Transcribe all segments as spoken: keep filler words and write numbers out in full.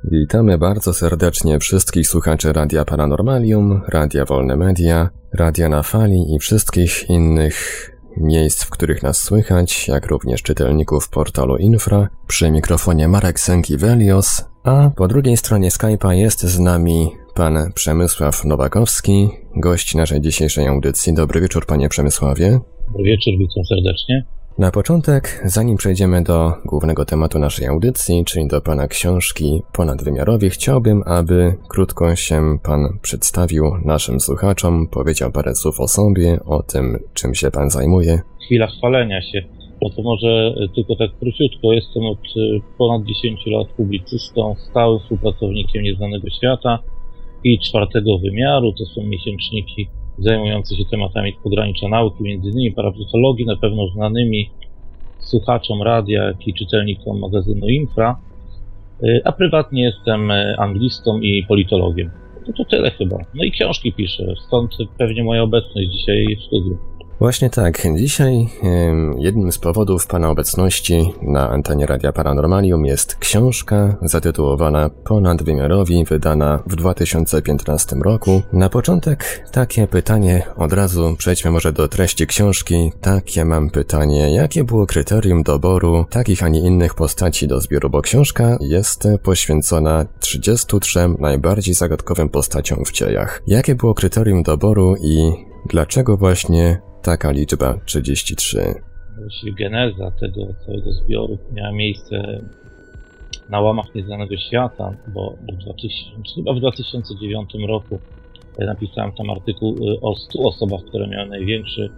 Witamy bardzo serdecznie wszystkich słuchaczy Radia Paranormalium, Radia Wolne Media, Radia na Fali i wszystkich innych miejsc, w których nas słychać, jak również czytelników portalu Infra. Przy mikrofonie Marek Sękiewelios, a po drugiej stronie Skype'a jest z nami pan Przemysław Nowakowski, gość naszej dzisiejszej audycji. Dobry wieczór, panie Przemysławie. Dobry wieczór, witam serdecznie. Na początek, zanim przejdziemy do głównego tematu naszej audycji, czyli do pana książki Ponadwymiarowi, chciałbym, aby krótko się pan przedstawił naszym słuchaczom, powiedział parę słów o sobie, o tym, czym się pan zajmuje. Chwila chwalenia się, no to może tylko tak króciutko. Jestem od ponad dziesięciu lat publicystą, stałym współpracownikiem Nieznanego Świata i Czwartego Wymiaru. To są miesięczniki zajmujące się tematami pogranicza nauki, między innymi parapsychologii, na pewno znanymi słuchaczom radia, jak i czytelnikom magazynu Infra, a prywatnie jestem anglistą i politologiem. No to tyle chyba. No i książki piszę, stąd pewnie moja obecność dzisiaj w studiu. Właśnie tak. Dzisiaj jednym z powodów pana obecności na antenie Radia Paranormalium jest książka zatytułowana Ponadwymiarowi, wydana w dwa tysiące piętnastym roku. Na początek takie pytanie, od razu przejdźmy może do treści książki. Takie mam pytanie, jakie było kryterium doboru takich, a nie innych postaci do zbioru, bo książka jest poświęcona trzydziestu trzem najbardziej zagadkowym postaciom w dziejach. Jakie było kryterium doboru i dlaczego właśnie taka liczba trzydzieści trzy? Właściwie geneza tego całego zbioru miała miejsce na łamach Nieznanego Świata, bo w dwa tysiące, chyba w dwa tysiące dziewiątym roku napisałem tam artykuł o stu osobach, które miały największy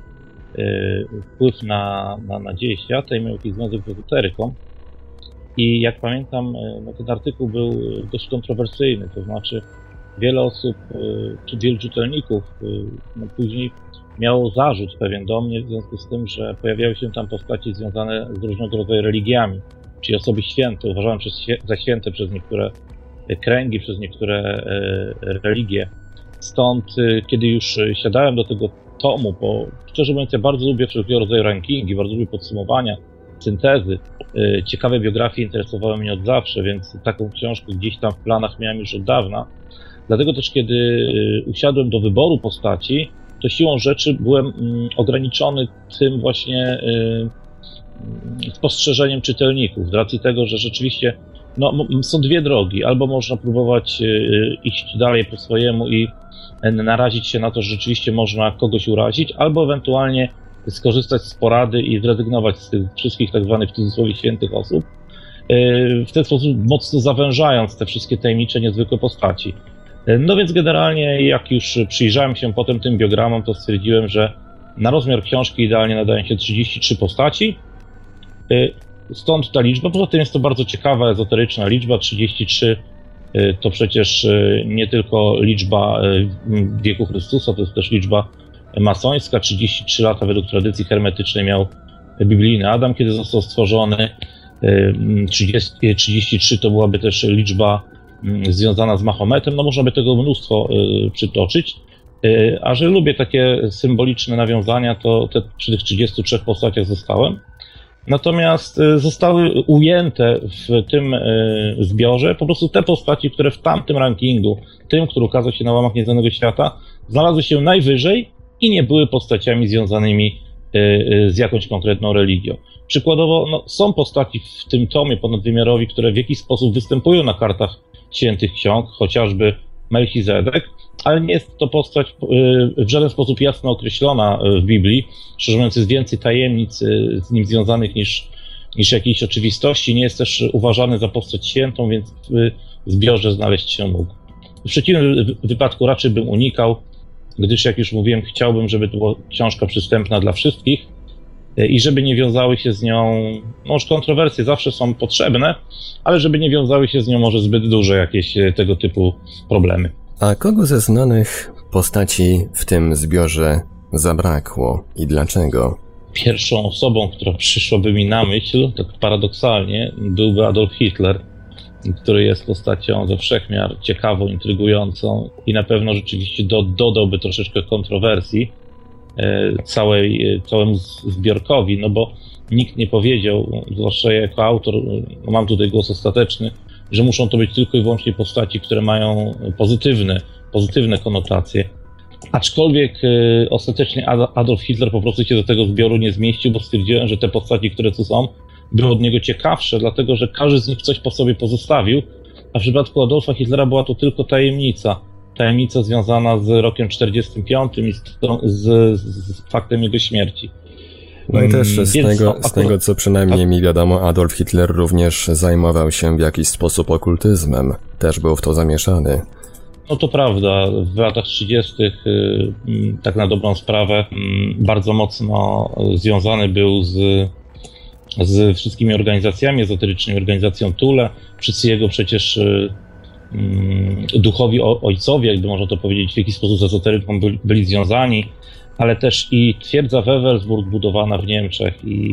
wpływ na, na, na dzieje świata i miał jakiś związek z ezoteryką. I jak pamiętam, no ten artykuł był dość kontrowersyjny, to znaczy wiele osób, czy wielu czytelników no później miało zarzut pewien do mnie w związku z tym, że pojawiały się tam postaci związane z różnego rodzaju religiami, czyli osoby święte, uważane przez, za święte przez niektóre kręgi, przez niektóre e, religie. Stąd, e, kiedy już siadałem do tego tomu, bo szczerze mówiąc, ja bardzo lubię wszelkiego rodzaju rankingi, bardzo lubię podsumowania, syntezy. E, ciekawe biografie interesowały mnie od zawsze, więc taką książkę gdzieś tam w planach miałem już od dawna. Dlatego też, kiedy e, usiadłem do wyboru postaci, to siłą rzeczy byłem mm, ograniczony tym właśnie y, spostrzeżeniem czytelników, z racji tego, że rzeczywiście no, m- są dwie drogi. Albo można próbować y, iść dalej po swojemu i y, narazić się na to, że rzeczywiście można kogoś urazić, albo ewentualnie skorzystać z porady i zrezygnować z tych wszystkich tak zwanych w cudzysłowie świętych osób, y, w ten sposób mocno zawężając te wszystkie tajemnicze, niezwykłe postaci. No więc generalnie jak już przyjrzałem się potem tym biogramom, to stwierdziłem, że na rozmiar książki idealnie nadają się trzydzieści trzy postaci. Stąd ta liczba, poza tym jest to bardzo ciekawa, ezoteryczna liczba. trzydzieści trzy to przecież nie tylko liczba wieku Chrystusa, to jest też liczba masońska. trzydzieści trzy lata według tradycji hermetycznej miał biblijny Adam, kiedy został stworzony. trzydzieści, trzydzieści trzy to byłaby też liczba związana z Mahometem, no można by tego mnóstwo y, przytoczyć, y, a że lubię takie symboliczne nawiązania, to te, przy tych trzydziestu trzech postaciach zostałem. Natomiast y, zostały ujęte w tym y, zbiorze po prostu te postaci, które w tamtym rankingu, tym, który ukazał się na łamach Nieznanego Świata, znalazły się najwyżej i nie były postaciami związanymi y, y, z jakąś konkretną religią. Przykładowo no, są postaci w tym tomie Ponadwymiarowi, które w jakiś sposób występują na kartach świętych ksiąg, chociażby Melchizedek, ale nie jest to postać w żaden sposób jasno określona w Biblii. Szczerze mówiąc, jest więcej tajemnic z nim związanych niż, niż jakiejś oczywistości. Nie jest też uważany za postać świętą, więc w zbiorze znaleźć się mógł. W przeciwnym wypadku raczej bym unikał, gdyż jak już mówiłem, chciałbym, żeby to była książka przystępna dla wszystkich i żeby nie wiązały się z nią, może kontrowersje zawsze są potrzebne, ale żeby nie wiązały się z nią może zbyt duże jakieś tego typu problemy. A kogo ze znanych postaci w tym zbiorze zabrakło i dlaczego? Pierwszą osobą, która przyszłaby mi na myśl, tak paradoksalnie, byłby Adolf Hitler, który jest postacią ze wszechmiar ciekawą, intrygującą i na pewno rzeczywiście do, dodałby troszeczkę kontrowersji całej, całemu zbiorkowi, no bo nikt nie powiedział, zwłaszcza ja jako autor, no mam tutaj głos ostateczny, że muszą to być tylko i wyłącznie postaci, które mają pozytywne, pozytywne konotacje. Aczkolwiek y, ostatecznie Adolf Hitler po prostu się do tego zbioru nie zmieścił, bo stwierdziłem, że te postaci, które tu są, były od niego ciekawsze, dlatego że każdy z nich coś po sobie pozostawił, a w przypadku Adolfa Hitlera była to tylko tajemnica. Tajemnica związana z rokiem czterdziestym piątym i z, z, z faktem jego śmierci. No i też z, Więc, tego, akurat, z tego, co przynajmniej mi wiadomo, Adolf Hitler również zajmował się w jakiś sposób okultyzmem. Też był w to zamieszany. No to prawda, w latach trzydziestych tak na dobrą sprawę bardzo mocno związany był z, z wszystkimi organizacjami ezoterycznymi, organizacją Thule. Wszyscy jego przecież duchowi ojcowie, jakby można to powiedzieć, w jakiś sposób z ezoteryką byli, byli związani, ale też i twierdza Wewelsburg budowana w Niemczech i,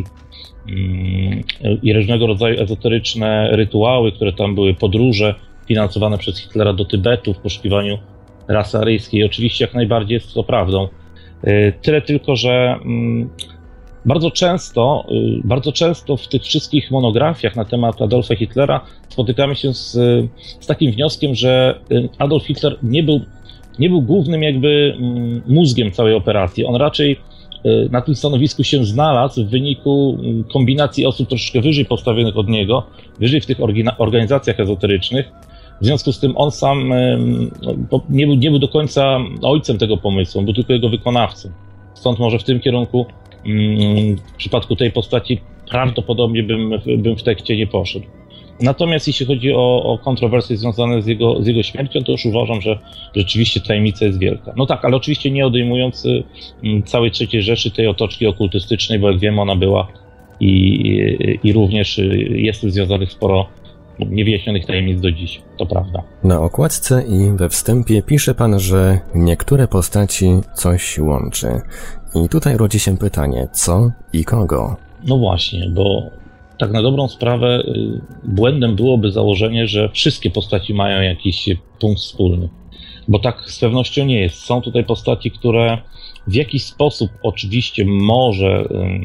i różnego rodzaju ezoteryczne rytuały, które tam były, podróże finansowane przez Hitlera do Tybetu w poszukiwaniu rasy aryjskiej. Oczywiście jak najbardziej jest to prawdą. Tyle tylko, że bardzo często, bardzo często w tych wszystkich monografiach na temat Adolfa Hitlera spotykamy się z, z takim wnioskiem, że Adolf Hitler nie był, nie był głównym jakby mózgiem całej operacji. On raczej na tym stanowisku się znalazł w wyniku kombinacji osób troszeczkę wyżej postawionych od niego, wyżej w tych organizacjach ezoterycznych. W związku z tym on sam nie był, nie był do końca ojcem tego pomysłu, był tylko jego wykonawcą. Stąd może w tym kierunku w przypadku tej postaci prawdopodobnie bym, bym w tekście nie poszedł. Natomiast jeśli chodzi o, o kontrowersje związane z jego, z jego śmiercią, to już uważam, że rzeczywiście tajemnica jest wielka. No tak, ale oczywiście nie odejmując całej trzeciej Rzeszy, tej otoczki okultystycznej, bo jak wiemy ona była i, i, i również jest związanych sporo niewyjaśnionych tajemnic do dziś, to prawda. Na okładce i we wstępie pisze pan, że niektóre postaci coś łączy. I tutaj rodzi się pytanie, co i kogo? No właśnie, bo tak na dobrą sprawę błędem byłoby założenie, że wszystkie postaci mają jakiś punkt wspólny. Bo tak z pewnością nie jest. Są tutaj postaci, które w jakiś sposób oczywiście może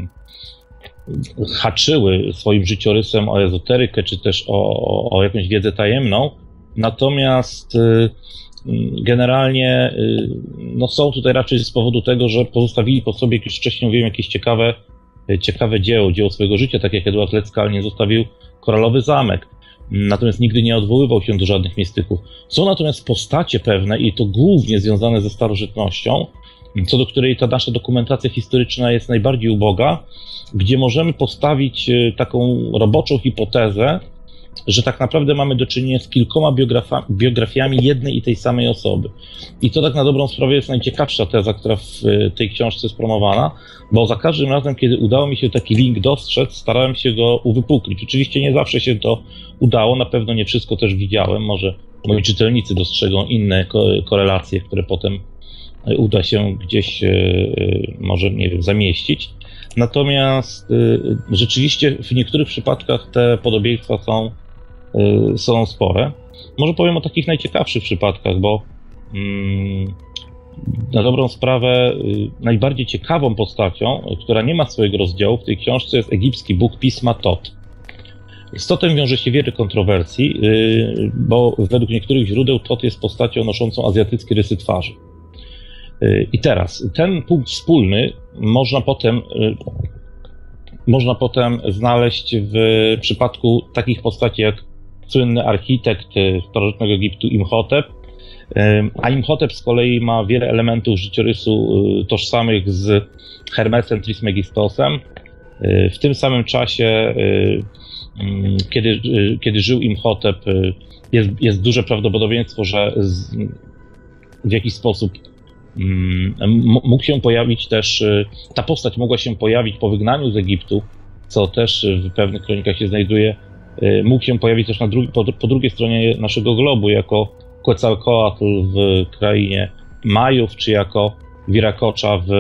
haczyły swoim życiorysem o ezoterykę, czy też o, o jakąś wiedzę tajemną, natomiast generalnie no, są tutaj raczej z powodu tego, że pozostawili po sobie, jak już wcześniej mówiłem, jakieś ciekawe, ciekawe dzieło, dzieło swojego życia, tak jak Eduard Leckalnie zostawił Koralowy Zamek. Natomiast nigdy nie odwoływał się do żadnych mistyków. Są natomiast postacie pewne, i to głównie związane ze starożytnością, co do której ta nasza dokumentacja historyczna jest najbardziej uboga, gdzie możemy postawić taką roboczą hipotezę, że tak naprawdę mamy do czynienia z kilkoma biografa- biografiami jednej i tej samej osoby. I to tak na dobrą sprawę jest najciekawsza teza, która w tej książce jest promowana, bo za każdym razem, kiedy udało mi się taki link dostrzec, starałem się go uwypuklić. Oczywiście nie zawsze się to udało, na pewno nie wszystko też widziałem, może moi czytelnicy dostrzegą inne ko- korelacje, które potem uda się gdzieś może, nie wiem, zamieścić. Natomiast rzeczywiście w niektórych przypadkach te podobieństwa są, są spore. Może powiem o takich najciekawszych przypadkach, bo mm, na dobrą sprawę najbardziej ciekawą postacią, która nie ma swojego rozdziału w tej książce, jest egipski bóg pisma Tot. Z Totem wiąże się wiele kontrowersji, bo według niektórych źródeł Tot jest postacią noszącą azjatyckie rysy twarzy. I teraz, ten punkt wspólny można potem, można potem znaleźć w przypadku takich postaci jak słynny architekt starożytnego Egiptu Imhotep, a Imhotep z kolei ma wiele elementów życiorysu tożsamych z Hermesem Trismegistosem. W tym samym czasie, kiedy, kiedy żył Imhotep, jest, jest duże prawdopodobieństwo, że z, w jakiś sposób mógł się pojawić też, ta postać mogła się pojawić po wygnaniu z Egiptu, co też w pewnych kronikach się znajduje, mógł się pojawić też na drugi, po, po drugiej stronie naszego globu jako Quetzalcoatl w krainie Majów, czy jako Viracocha w,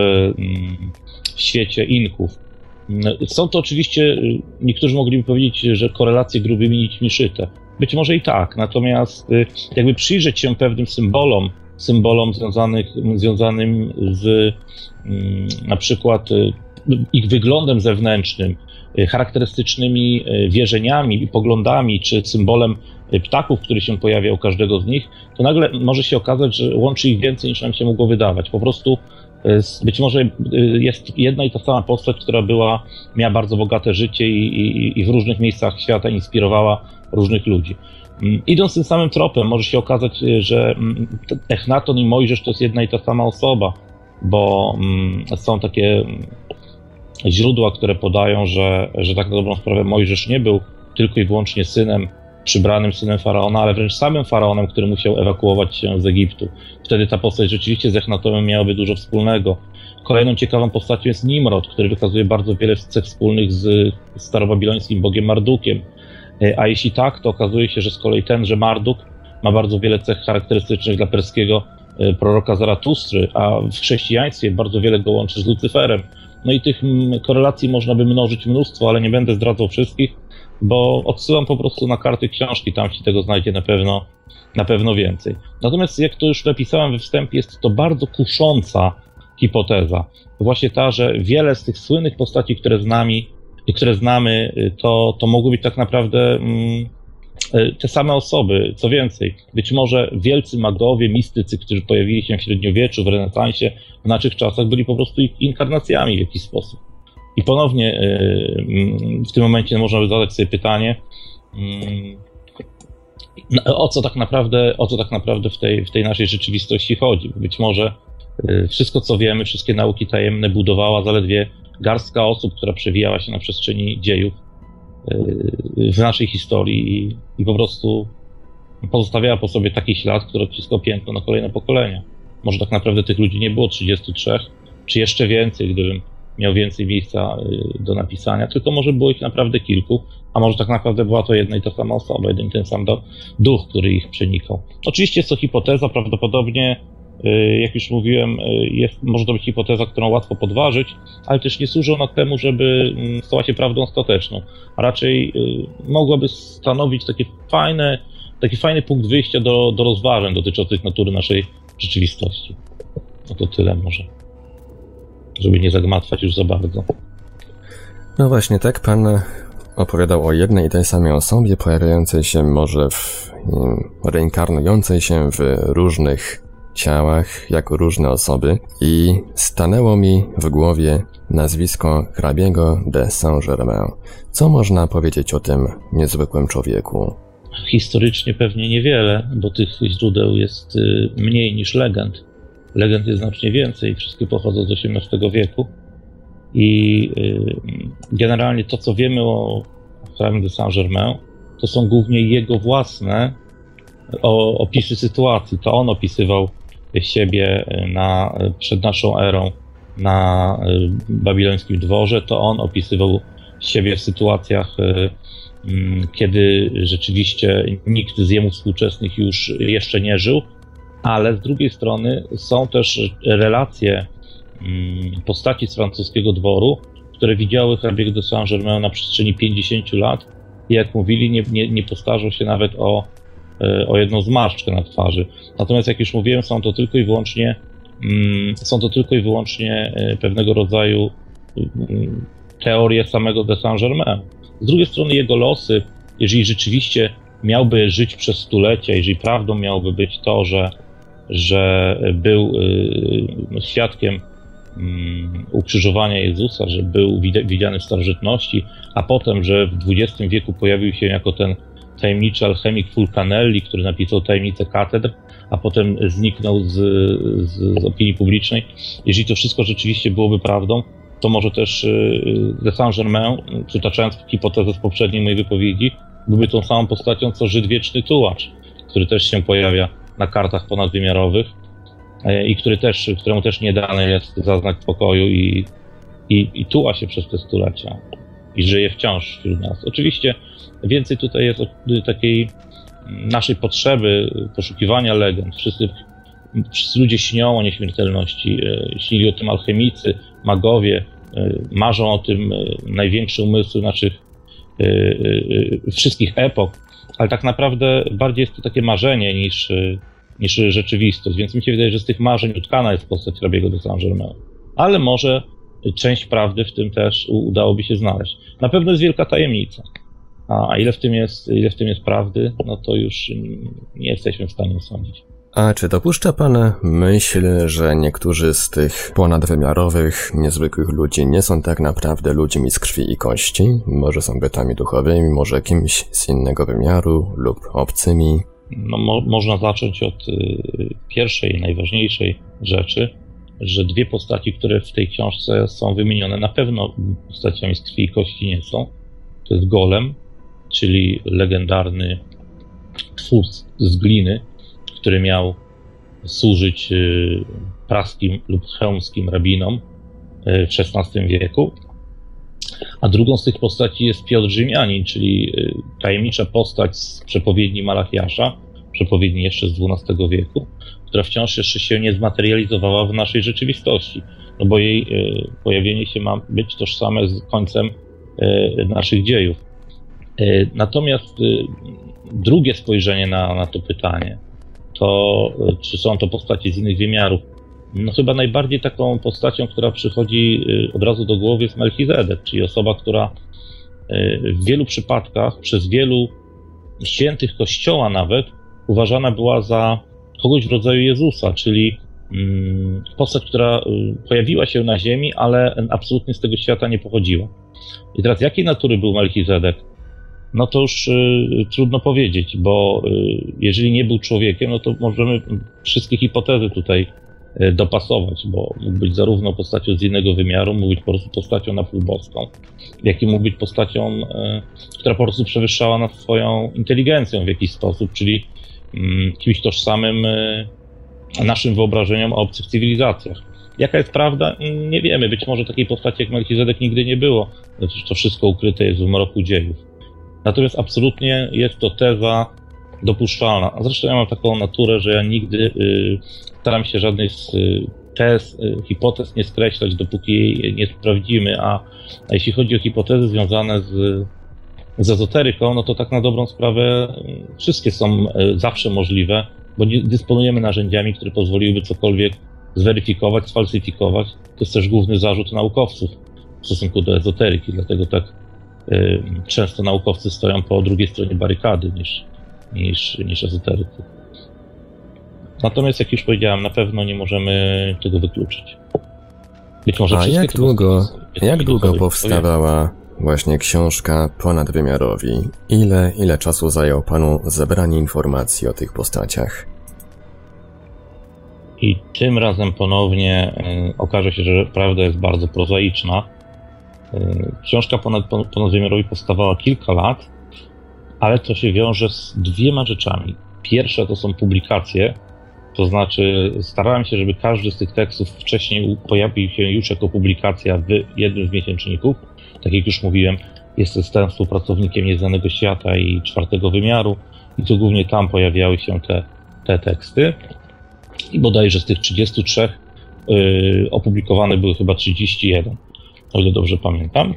w świecie Inków. Są to oczywiście, niektórzy mogliby powiedzieć, że korelacje grubymi nićmi szyte. Być może i tak, natomiast jakby przyjrzeć się pewnym symbolom, symbolom związanych, związanym z na przykład ich wyglądem zewnętrznym, charakterystycznymi wierzeniami i poglądami, czy symbolem ptaków, który się pojawia u każdego z nich, to nagle może się okazać, że łączy ich więcej, niż nam się mogło wydawać. Po prostu być może jest jedna i ta sama postać, która była, miała bardzo bogate życie i, i, i w różnych miejscach świata inspirowała różnych ludzi. Idąc tym samym tropem, może się okazać, że Echnaton i Mojżesz to jest jedna i ta sama osoba, bo są takie źródła, które podają, że, że tak na dobrą sprawę Mojżesz nie był tylko i wyłącznie synem, przybranym synem Faraona, ale wręcz samym Faraonem, który musiał ewakuować się z Egiptu. Wtedy ta postać rzeczywiście z Echnatonem miałaby dużo wspólnego. Kolejną ciekawą postacią jest Nimrod, który wykazuje bardzo wiele cech wspólnych z starobabilońskim bogiem Mardukiem. A jeśli tak, to okazuje się, że z kolei tenże Marduk ma bardzo wiele cech charakterystycznych dla perskiego proroka Zaratustry, a w chrześcijaństwie bardzo wiele go łączy z Lucyferem. No i tych korelacji można by mnożyć mnóstwo, ale nie będę zdradzał wszystkich, bo odsyłam po prostu na karty książki, tam się tego znajdzie na pewno, na pewno więcej. Natomiast jak to już napisałem we wstępie, jest to bardzo kusząca hipoteza. Właśnie ta, że wiele z tych słynnych postaci, które z nami, które znamy, to, to mogły być tak naprawdę mm, te same osoby. Co więcej, być może wielcy magowie, mistycy, którzy pojawili się w średniowieczu, w renesansie, w naszych czasach, byli po prostu ich inkarnacjami w jakiś sposób. I ponownie w tym momencie można by zadać sobie pytanie, o co tak naprawdę, o co tak naprawdę w tej, w tej naszej rzeczywistości chodzi. Być może wszystko, co wiemy, wszystkie nauki tajemne budowała zaledwie garstka osób, która przewijała się na przestrzeni dziejów w naszej historii i, i po prostu pozostawiała po sobie taki ślad, który odciskał piętno na kolejne pokolenia. Może tak naprawdę tych ludzi nie było trzydziestu trzech, czy jeszcze więcej, gdybym miał więcej miejsca do napisania, tylko może było ich naprawdę kilku, a może tak naprawdę była to jedna i ta sama osoba, jeden i ten sam duch, który ich przenikał. Oczywiście jest to hipoteza, prawdopodobnie, jak już mówiłem, jest, może to być hipoteza, którą łatwo podważyć, ale też nie służy ona temu, żeby stała się prawdą ostateczną, a raczej mogłaby stanowić takie fajne, taki fajny punkt wyjścia do, do rozważań dotyczących natury naszej rzeczywistości. No to tyle może, żeby nie zagmatwać już za bardzo. No właśnie, tak pan opowiadał o jednej i tej samej osobie, pojawiającej się może w, reinkarnującej się w różnych ciałach, jako różne osoby i stanęło mi w głowie nazwisko hrabiego de Saint-Germain. Co można powiedzieć o tym niezwykłym człowieku? Historycznie pewnie niewiele, bo tych źródeł jest mniej niż legend. Legend jest znacznie więcej, wszystkie pochodzą z osiemnastego wieku i generalnie to, co wiemy o hrabim de Saint-Germain, to są głównie jego własne opisy sytuacji. To on opisywał siebie na, przed naszą erą na babilońskim dworze, to on opisywał siebie w sytuacjach, kiedy rzeczywiście nikt z jemu współczesnych już jeszcze nie żył, ale z drugiej strony są też relacje postaci z francuskiego dworu, które widziały hrabiego de Saint-Germain na przestrzeni pięćdziesięciu lat i jak mówili, nie, nie, nie postarzał się nawet o, o jedną zmarszczkę na twarzy. Natomiast jak już mówiłem, są to tylko i wyłącznie są to tylko i wyłącznie pewnego rodzaju teorie samego de Saint-Germain. Z drugiej strony jego losy, jeżeli rzeczywiście miałby żyć przez stulecia, jeżeli prawdą miałoby być to, że, że był y, świadkiem y, ukrzyżowania Jezusa, że był widziany w starożytności, a potem, że w dwudziestym wieku pojawił się jako ten tajemniczy alchemik Fulcanelli, który napisał tajemnicę katedr, a potem zniknął z, z, z opinii publicznej. Jeżeli to wszystko rzeczywiście byłoby prawdą, to może też de Saint-Germain, przytaczając hipotezę z poprzedniej mojej wypowiedzi, byłby tą samą postacią, co Żyd Wieczny Tułacz, który też się pojawia na kartach ponadwymiarowych i który też, któremu też nie dane jest za znak pokoju i, i, i tuła się przez te stulecia i żyje wciąż wśród nas. Oczywiście więcej tutaj jest takiej naszej potrzeby poszukiwania legend. Wszyscy, wszyscy ludzie śnią o nieśmiertelności, śnili o tym alchemicy, magowie, marzą o tym największe umysły naszych wszystkich epok, ale tak naprawdę bardziej jest to takie marzenie niż, niż rzeczywistość, więc mi się wydaje, że z tych marzeń utkana jest postać hrabiego de Saint-Germain. Ale może część prawdy w tym też udałoby się znaleźć. Na pewno jest wielka tajemnica. A ile w tym jest, ile w tym jest prawdy, no to już nie jesteśmy w stanie osądzić. A czy dopuszcza pan myśl, że niektórzy z tych ponadwymiarowych, niezwykłych ludzi nie są tak naprawdę ludźmi z krwi i kości? Może są bytami duchowymi, może kimś z innego wymiaru lub obcymi? No, mo- można zacząć od y, pierwszej, najważniejszej rzeczy, że dwie postaci, które w tej książce są wymienione, na pewno postaciami z krwi i kości nie są. To jest Golem, czyli legendarny twór z gliny, który miał służyć y, praskim lub chełmskim rabinom y, w szesnastym wieku. A drugą z tych postaci jest Piotr Rzymianin, czyli y, tajemnicza postać z przepowiedni Malachiasza, przepowiedni jeszcze z dwunastego wieku, która wciąż jeszcze się nie zmaterializowała w naszej rzeczywistości, no bo jej y, pojawienie się ma być tożsame z końcem y, naszych dziejów. Y, natomiast y, drugie spojrzenie na, na to pytanie, to czy są to postacie z innych wymiarów? No chyba najbardziej taką postacią, która przychodzi od razu do głowy, jest Melchizedek, czyli osoba, która w wielu przypadkach, przez wielu świętych Kościoła nawet, uważana była za kogoś w rodzaju Jezusa, czyli postać, która pojawiła się na ziemi, ale absolutnie z tego świata nie pochodziła. I teraz jakiej natury był Melchizedek? No to już y, trudno powiedzieć, bo y, jeżeli nie był człowiekiem, no to możemy wszystkie hipotezy tutaj y, dopasować, bo mógł być zarówno postacią z innego wymiaru, mógł być po prostu postacią na pół boską, jak i mógł być postacią, y, która po prostu przewyższała nas swoją inteligencją w jakiś sposób, czyli y, kimś tożsamym y, naszym wyobrażeniom o obcych cywilizacjach. Jaka jest prawda? Nie wiemy. Być może takiej postaci jak Melchizedek nigdy nie było. Znaczy, to wszystko ukryte jest w mroku dziejów. Natomiast absolutnie jest to teza dopuszczalna. A zresztą ja mam taką naturę, że ja nigdy y, staram się żadnej z y, tez, y, hipotez nie skreślać, dopóki jej nie sprawdzimy. A, a jeśli chodzi o hipotezy związane z, z ezoteryką, no to tak na dobrą sprawę y, wszystkie są y, zawsze możliwe, bo nie dysponujemy narzędziami, które pozwoliłyby cokolwiek zweryfikować, sfalsyfikować. To jest też główny zarzut naukowców w stosunku do ezoteryki, dlatego tak często naukowcy stoją po drugiej stronie barykady niż, niż, niż ezoterycy. Natomiast, jak już powiedziałem, na pewno nie możemy tego wykluczyć. Być może A jak długo, jak długo powstawała właśnie książka Ponadwymiarowi? Ile, ile czasu zajęło panu zebranie informacji o tych postaciach? I tym razem ponownie y, okaże się, że prawda jest bardzo prozaiczna. Książka ponad, ponadwymiarowi powstawała kilka lat, ale to się wiąże z dwiema rzeczami. Pierwsza to są publikacje, to znaczy starałem się, żeby każdy z tych tekstów wcześniej pojawił się już jako publikacja w jednym z miesięczników. Tak jak już mówiłem, jestem współpracownikiem Nieznanego Świata i Czwartego Wymiaru i to głównie tam pojawiały się te, te teksty. I bodajże z tych trzydziestu trzech yy, opublikowane były chyba trzydzieści jeden. O ile dobrze pamiętam.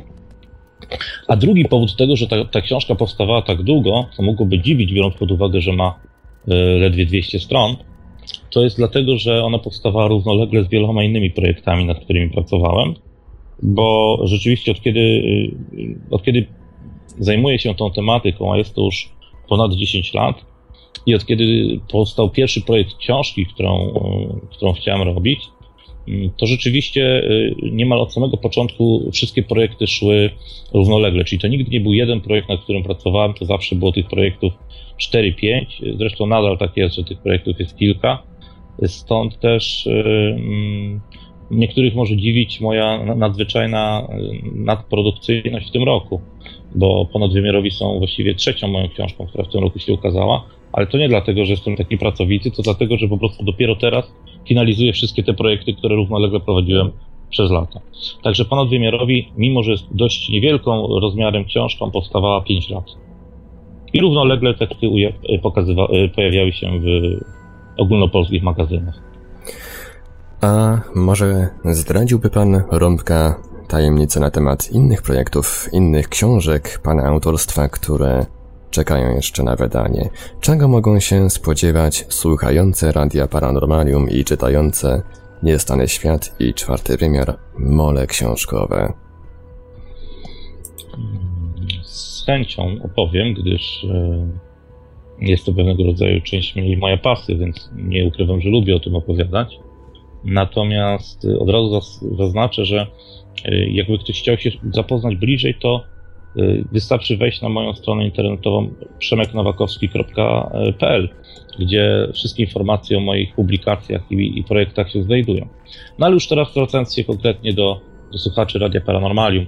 A drugi powód tego, że ta, ta książka powstawała tak długo, co mogłoby dziwić, biorąc pod uwagę, że ma y, ledwie dwieście stron, to jest dlatego, że ona powstawała równolegle z wieloma innymi projektami, nad którymi pracowałem, bo rzeczywiście od kiedy, y, od kiedy zajmuję się tą tematyką, a jest to już ponad dziesięć lat, i od kiedy powstał pierwszy projekt książki, którą, y, którą chciałem robić, to rzeczywiście niemal od samego początku wszystkie projekty szły równolegle, czyli to nigdy nie był jeden projekt, nad którym pracowałem, to zawsze było tych projektów cztery pięć, zresztą nadal tak jest, że tych projektów jest kilka, stąd też um, niektórych może dziwić moja nadzwyczajna nadprodukcyjność w tym roku, bo Ponadwymiarowi są właściwie trzecią moją książką, która w tym roku się ukazała, ale to nie dlatego, że jestem taki pracowity, to dlatego, że po prostu dopiero teraz finalizuję wszystkie te projekty, które równolegle prowadziłem przez lata. Także Ponadwymiarowi, mimo że jest dość niewielką rozmiarem książką, powstawała pięć lat. I równolegle teksty pokazywa- pojawiały się w ogólnopolskich magazynach. A może zdradziłby pan rąbka tajemnicy na temat innych projektów, innych książek pana autorstwa, które czekają jeszcze na wydanie? Czego mogą się spodziewać słuchające Radia Paranormalium i czytające Niestany świat i czwarty wymiar, mole książkowe. Z chęcią opowiem, gdyż jest to pewnego rodzaju część mnie i moja pasja, więc nie ukrywam, że lubię o tym opowiadać. Natomiast od razu zaznaczę, że jakby ktoś chciał się zapoznać bliżej, to wystarczy wejść na moją stronę internetową przemek nowakowski kropka p l, gdzie wszystkie informacje o moich publikacjach i, i projektach się znajdują. No ale już teraz wracając się konkretnie do, do słuchaczy Radia Paranormalium.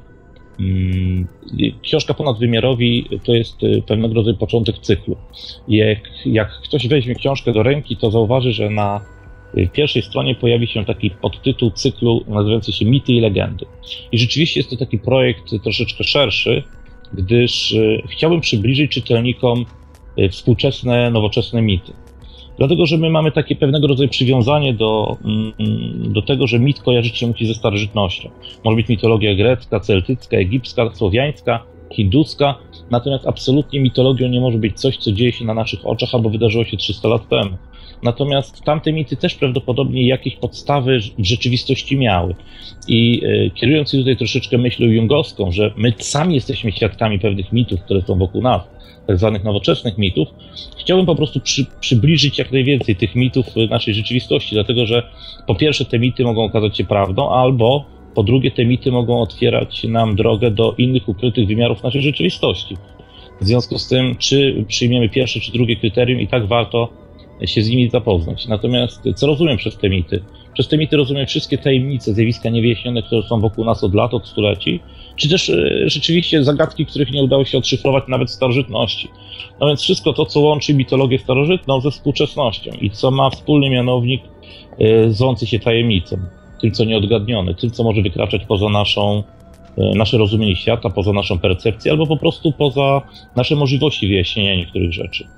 Książka Ponadwymiarowi to jest pewnego rodzaju początek cyklu. Jak, jak ktoś weźmie książkę do ręki, to zauważy, że na pierwszej stronie pojawi się taki podtytuł cyklu nazywający się Mity i Legendy. I rzeczywiście jest to taki projekt troszeczkę szerszy, gdyż chciałbym przybliżyć czytelnikom współczesne, nowoczesne mity. Dlatego, że my mamy takie pewnego rodzaju przywiązanie do, do tego, że mit kojarzyć się musi ze starożytnością. Może być mitologia grecka, celtycka, egipska, słowiańska, hinduska, natomiast absolutnie mitologią nie może być coś, co dzieje się na naszych oczach albo wydarzyło się trzysta lat temu. Natomiast tamte mity też prawdopodobnie jakieś podstawy w rzeczywistości miały. I e, kierując się tutaj troszeczkę myślą jungowską, że my sami jesteśmy świadkami pewnych mitów, które są wokół nas, tak zwanych nowoczesnych mitów, chciałbym po prostu przy, przybliżyć jak najwięcej tych mitów naszej rzeczywistości, dlatego że po pierwsze te mity mogą okazać się prawdą, albo po drugie te mity mogą otwierać nam drogę do innych ukrytych wymiarów naszej rzeczywistości. W związku z tym, czy przyjmiemy pierwsze czy drugie kryterium, i tak warto się z nimi zapoznać. Natomiast co rozumiem przez te mity? Przez te mity rozumiem wszystkie tajemnice, zjawiska niewyjaśnione, które są wokół nas od lat, od stuleci, czy też e, rzeczywiście zagadki, których nie udało się odszyfrować nawet w starożytności. No więc wszystko to, co łączy mitologię starożytną ze współczesnością i co ma wspólny mianownik e, zwący się tajemnicą, tym, co nieodgadnione, tym, co może wykraczać poza naszą, e, nasze rozumienie świata, poza naszą percepcję, albo po prostu poza nasze możliwości wyjaśnienia niektórych rzeczy.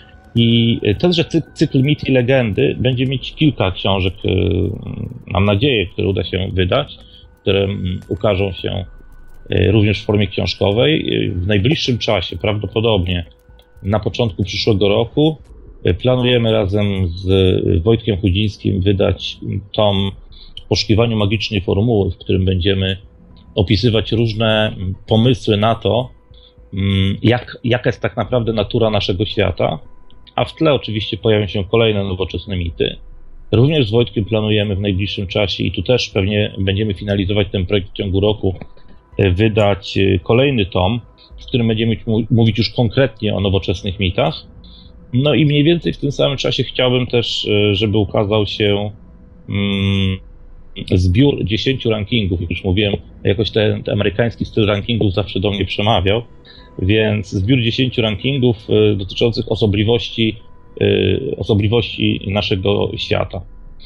I tenże cykl Mit i Legendy będzie mieć kilka książek, mam nadzieję, które uda się wydać, które ukażą się również w formie książkowej. W najbliższym czasie, prawdopodobnie na początku przyszłego roku, planujemy razem z Wojtkiem Chudzińskim wydać tom w poszukiwaniu magicznej formuły, w którym będziemy opisywać różne pomysły na to, jak, jaka jest tak naprawdę natura naszego świata, a w tle oczywiście pojawią się kolejne nowoczesne mity. Również z Wojtkiem planujemy w najbliższym czasie, i tu też pewnie będziemy finalizować ten projekt w ciągu roku, wydać kolejny tom, w którym będziemy mówić już konkretnie o nowoczesnych mitach. No i mniej więcej w tym samym czasie chciałbym też, żeby ukazał się mm, zbiór dziesięciu rankingów. Jak już mówiłem, jakoś ten, ten amerykański styl rankingów zawsze do mnie przemawiał, więc zbiór dziesięciu rankingów y, dotyczących osobliwości, y, osobliwości naszego świata.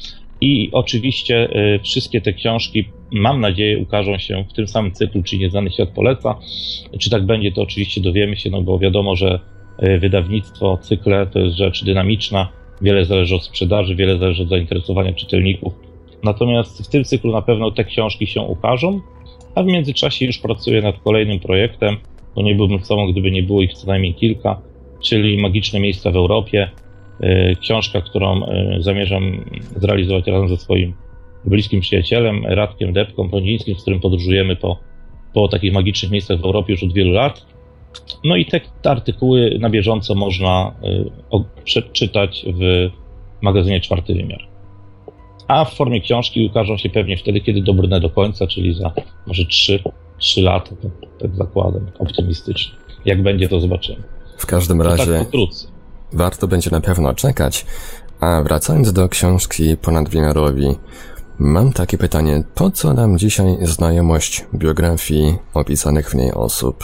I oczywiście y, wszystkie te książki, mam nadzieję, ukażą się w tym samym cyklu, czyli Nieznany Świat poleca. Czy tak będzie, to oczywiście dowiemy się, no bo wiadomo, że y, wydawnictwo, cykle to jest rzecz dynamiczna, wiele zależy od sprzedaży, wiele zależy od zainteresowania czytelników. Natomiast w tym cyklu na pewno te książki się ukażą, a w międzyczasie już pracuję nad kolejnym projektem, bo nie byłbym sobą, gdyby nie było ich co najmniej kilka, czyli Magiczne miejsca w Europie. Książka, którą zamierzam zrealizować razem ze swoim bliskim przyjacielem, Radkiem Depką-Prądzińskim, z którym podróżujemy po, po takich magicznych miejscach w Europie już od wielu lat. No i te, te artykuły na bieżąco można przeczytać w magazynie Czwarty Wymiar. A w formie książki ukażą się pewnie wtedy, kiedy dobrnę do końca, czyli za może trzy lata, tak, tak zakładam, optymistycznie. Jak będzie, to zobaczymy. W każdym to razie tak pokrótce. Warto będzie na pewno czekać. A wracając do książki Ponadwymiarowi, mam takie pytanie, po co nam dzisiaj znajomość biografii opisanych w niej osób?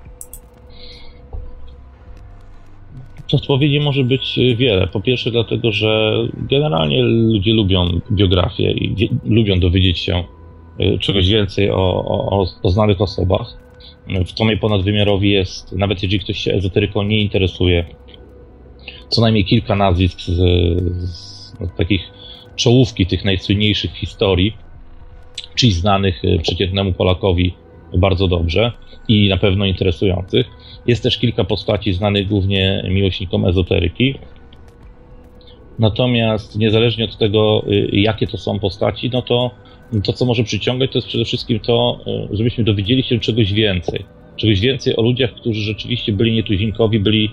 Odpowiedzi może być wiele. Po pierwsze dlatego, że generalnie ludzie lubią biografię i wie, lubią dowiedzieć się czegoś więcej o, o, o znanych osobach. W tomie Ponadwymiarowi jest, nawet jeżeli ktoś się ezoteryką nie interesuje, co najmniej kilka nazwisk z, z no, takich czołówki tych najsłynniejszych historii, czyli znanych przeciętnemu Polakowi bardzo dobrze i na pewno interesujących. Jest też kilka postaci znanych głównie miłośnikom ezoteryki. Natomiast niezależnie od tego, jakie to są postaci, no to to, co może przyciągać, to jest przede wszystkim to, żebyśmy dowiedzieli się czegoś więcej. Czegoś więcej o ludziach, którzy rzeczywiście byli nietuzinkowi, byli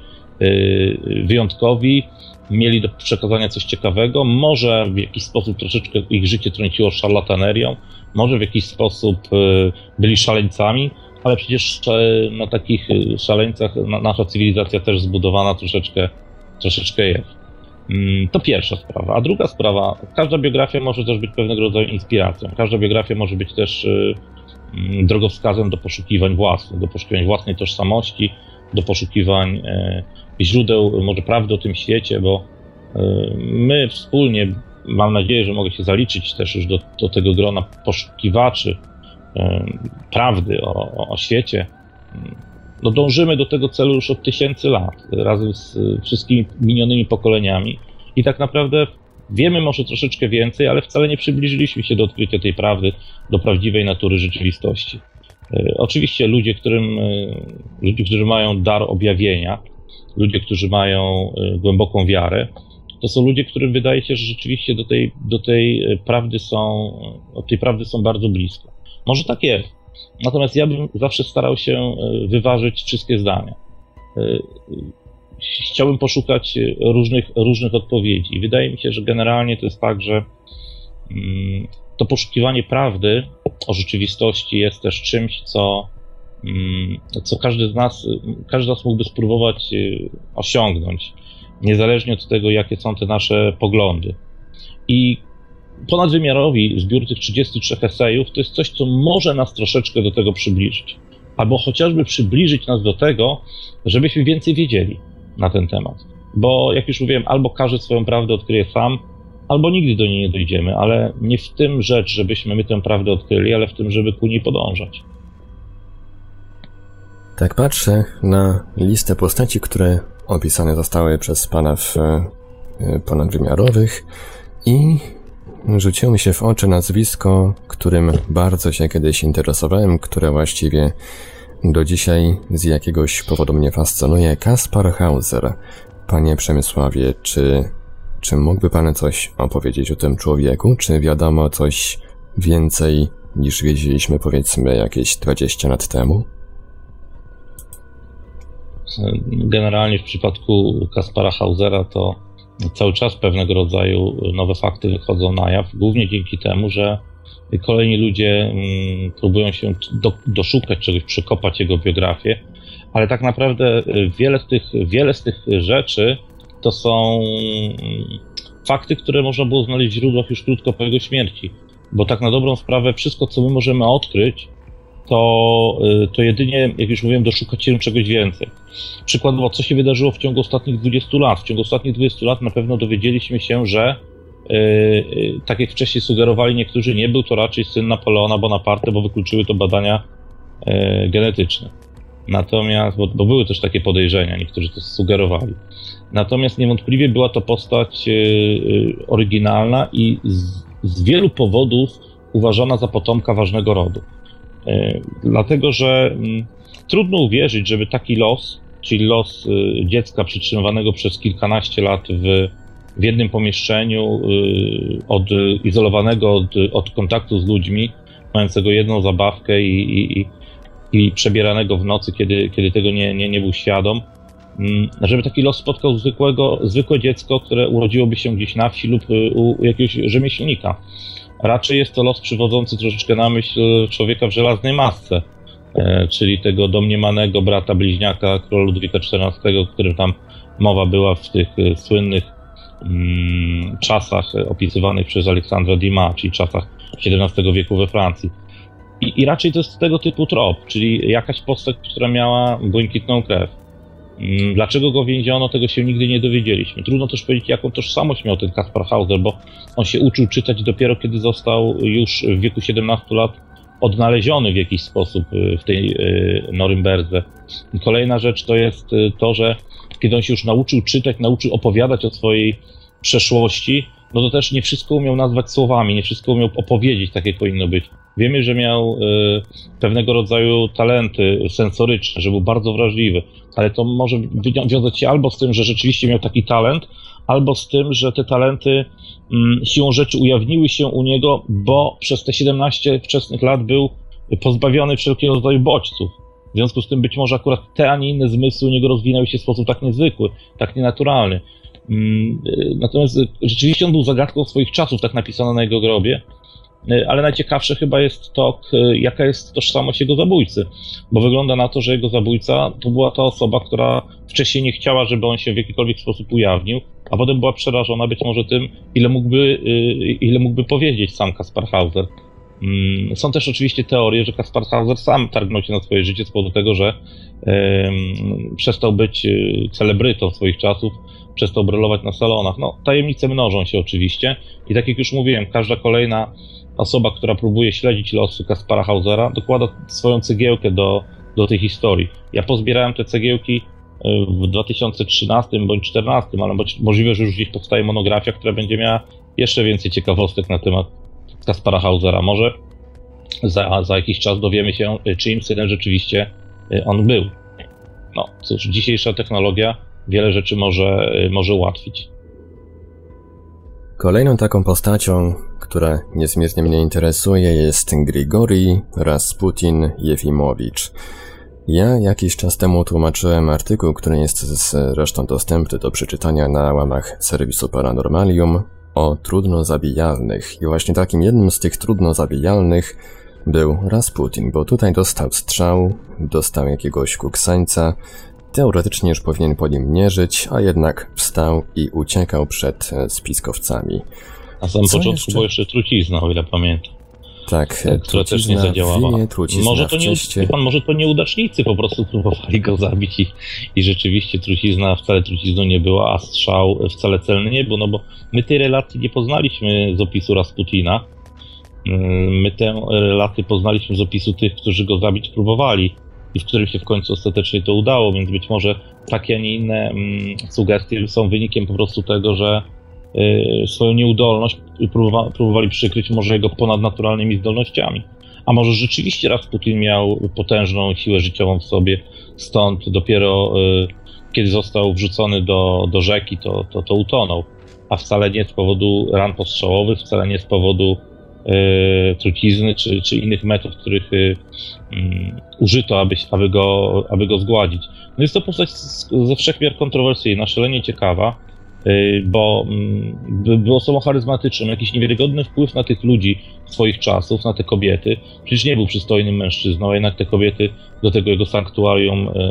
wyjątkowi, mieli do przekazania coś ciekawego, może w jakiś sposób troszeczkę ich życie trąciło szarlatanerią, może w jakiś sposób byli szaleńcami, ale przecież na takich szaleńcach nasza cywilizacja też zbudowana troszeczkę, troszeczkę jest. To pierwsza sprawa. A druga sprawa, każda biografia może też być pewnego rodzaju inspiracją. Każda biografia może być też drogowskazem do poszukiwań własnych, do poszukiwań własnej tożsamości, do poszukiwań źródeł może prawdy o tym świecie, bo my wspólnie, mam nadzieję, że mogę się zaliczyć też już do, do tego grona poszukiwaczy prawdy o, o świecie. No dążymy do tego celu już od tysięcy lat, razem z wszystkimi minionymi pokoleniami i tak naprawdę wiemy może troszeczkę więcej, ale wcale nie przybliżyliśmy się do odkrycia tej prawdy, do prawdziwej natury rzeczywistości. Oczywiście ludzie, którym, ludzie, którzy mają dar objawienia, ludzie, którzy mają głęboką wiarę, to są ludzie, którym wydaje się, że rzeczywiście do tej, do tej prawdy są, od tej prawdy są bardzo blisko. Może tak jest. Natomiast ja bym zawsze starał się wyważyć wszystkie zdania. Chciałbym poszukać różnych, różnych odpowiedzi. Wydaje mi się, że generalnie to jest tak, że to poszukiwanie prawdy o rzeczywistości jest też czymś, co, co każdy z nas, każdy z nas mógłby spróbować osiągnąć, niezależnie od tego, jakie są te nasze poglądy. I Ponadwymiarowi zbiór tych trzydziestu trzech esejów to jest coś, co może nas troszeczkę do tego przybliżyć. Albo chociażby przybliżyć nas do tego, żebyśmy więcej wiedzieli na ten temat. Bo jak już mówiłem, albo każdy swoją prawdę odkryje sam, albo nigdy do niej nie dojdziemy, ale nie w tym rzecz, żebyśmy my tę prawdę odkryli, ale w tym, żeby ku niej podążać. Tak patrzę na listę postaci, które opisane zostały przez pana w Ponadwymiarowych i rzuciło mi się w oczy nazwisko, którym bardzo się kiedyś interesowałem, które właściwie do dzisiaj z jakiegoś powodu mnie fascynuje. Kaspar Hauser. Panie Przemysławie, czy, czy mógłby pan coś opowiedzieć o tym człowieku? Czy wiadomo coś więcej niż wiedzieliśmy, powiedzmy, jakieś dwadzieścia lat temu? Generalnie w przypadku Kaspara Hausera to cały czas pewnego rodzaju nowe fakty wychodzą na jaw, głównie dzięki temu, że kolejni ludzie próbują się do, doszukać czegoś, przekopać jego biografię, ale tak naprawdę wiele z tych, wiele z tych rzeczy to są fakty, które można było znaleźć w źródłach już krótko po jego śmierci, bo tak na dobrą sprawę wszystko, co my możemy odkryć, to, to jedynie, jak już mówiłem, doszukać się czegoś więcej. Przykładowo, co się wydarzyło w ciągu ostatnich dwudziestu lat? W ciągu ostatnich dwudziestu lat na pewno dowiedzieliśmy się, że yy, tak jak wcześniej sugerowali niektórzy, nie był to raczej syn Napoleona Bonaparte, bo wykluczyły to badania yy, genetyczne. Natomiast, bo, bo były też takie podejrzenia, niektórzy to sugerowali. Natomiast niewątpliwie była to postać yy, yy, oryginalna i z, z wielu powodów uważana za potomka ważnego rodu. Dlatego, że trudno uwierzyć, żeby taki los, czyli los dziecka przytrzymywanego przez kilkanaście lat w, w jednym pomieszczeniu, od, izolowanego od, od kontaktu z ludźmi, mającego jedną zabawkę i, i, i przebieranego w nocy, kiedy, kiedy tego nie, nie, nie był świadom, żeby taki los spotkał zwykłego, zwykłe dziecko, które urodziłoby się gdzieś na wsi lub u, u jakiegoś rzemieślnika. Raczej jest to los przywodzący troszeczkę na myśl człowieka w żelaznej masce, e, czyli tego domniemanego brata bliźniaka króla Ludwika czternastego, o którym tam mowa była w tych e, słynnych mm, czasach opisywanych przez Aleksandra Dumas, czyli czasach siedemnastego wieku we Francji. I, I raczej to jest tego typu trop, czyli jakaś postać, która miała błękitną krew. Dlaczego go więziono, tego się nigdy nie dowiedzieliśmy. Trudno też powiedzieć, jaką tożsamość miał ten Kaspar Hauser, bo on się uczył czytać dopiero kiedy został już w wieku siedemnastu lat odnaleziony w jakiś sposób w tej Norymberdze. Kolejna rzecz to jest to, że kiedy on się już nauczył czytać, nauczył opowiadać o swojej przeszłości, no to też nie wszystko umiał nazwać słowami, nie wszystko umiał opowiedzieć tak, jak powinno być. Wiemy, że miał y, pewnego rodzaju talenty sensoryczne, że był bardzo wrażliwy, ale to może wiązać się albo z tym, że rzeczywiście miał taki talent, albo z tym, że te talenty y, siłą rzeczy ujawniły się u niego, bo przez te siedemnaście wczesnych lat był pozbawiony wszelkiego rodzaju bodźców. W związku z tym być może akurat te, a nie inne zmysły u niego rozwinęły się w sposób tak niezwykły, tak nienaturalny. Natomiast rzeczywiście on był zagadką swoich czasów, tak napisano na jego grobie, ale najciekawsze chyba jest to, jaka jest tożsamość jego zabójcy, bo wygląda na to, że jego zabójca to była ta osoba, która wcześniej nie chciała, żeby on się w jakikolwiek sposób ujawnił, a potem była przerażona być może tym, ile mógłby, ile mógłby powiedzieć sam Kaspar Hauser. Są też oczywiście teorie, że Kaspar Hauser sam targnął się na swoje życie z powodu tego, że um, przestał być celebrytą swoich czasów, przestał brylować na salonach. No, tajemnice mnożą się oczywiście i tak jak już mówiłem, każda kolejna osoba, która próbuje śledzić losy Kaspara Hausera, dokłada swoją cegiełkę do, do tej historii. Ja pozbierałem te cegiełki w dwa tysiące trzynastym bądź dwa tysiące czternastym, ale możliwe, że już gdzieś powstaje monografia, która będzie miała jeszcze więcej ciekawostek na temat Kaspara Hausera. Może za, za jakiś czas dowiemy się, czyim synem rzeczywiście on był. No cóż, dzisiejsza technologia wiele rzeczy może, może ułatwić. Kolejną taką postacią, która niezmiernie mnie interesuje, jest Grigori Rasputin Jefimowicz. Ja jakiś czas temu tłumaczyłem artykuł, który jest zresztą dostępny do przeczytania na łamach serwisu Paranormalium, o trudno zabijalnych. I właśnie takim jednym z tych trudno zabijalnych był Rasputin, bo tutaj dostał strzał, dostał jakiegoś kuksańca, teoretycznie już powinien po nim nie żyć, a jednak wstał i uciekał przed spiskowcami. Na samym Co początku jeszcze? Było jeszcze trucizna, o ile pamiętam. Tak, która też nie zadziałała. Winie, może to nie, pan, może to nieudacznicy po prostu próbowali go zabić i, i rzeczywiście trucizna wcale trucizną nie była, a strzał wcale celny nie był, no bo my tej relacji nie poznaliśmy z opisu Rasputina. My te relacje poznaliśmy z opisu tych, którzy go zabić próbowali i w którym się w końcu ostatecznie to udało, więc być może takie, a nie inne mm, sugestie są wynikiem po prostu tego, że y, swoją nieudolność próbowa, próbowali przykryć może jego ponadnaturalnymi zdolnościami. A może rzeczywiście Rasputin miał potężną siłę życiową w sobie, stąd dopiero y, kiedy został wrzucony do, do rzeki, to, to, to utonął. A wcale nie z powodu ran postrzałowych, wcale nie z powodu y, trucizny czy, czy innych metod, których y, y, użyto, aby, aby, go, aby go zgładzić. No jest to postać ze wszechmiar kontrowersyjna, szalenie ciekawa, y, bo y, był osobą charyzmatyczną, jakiś niewiarygodny wpływ na tych ludzi swoich czasów, na te kobiety. Przecież nie był przystojnym mężczyzną, a jednak te kobiety do tego jego sanktuarium y,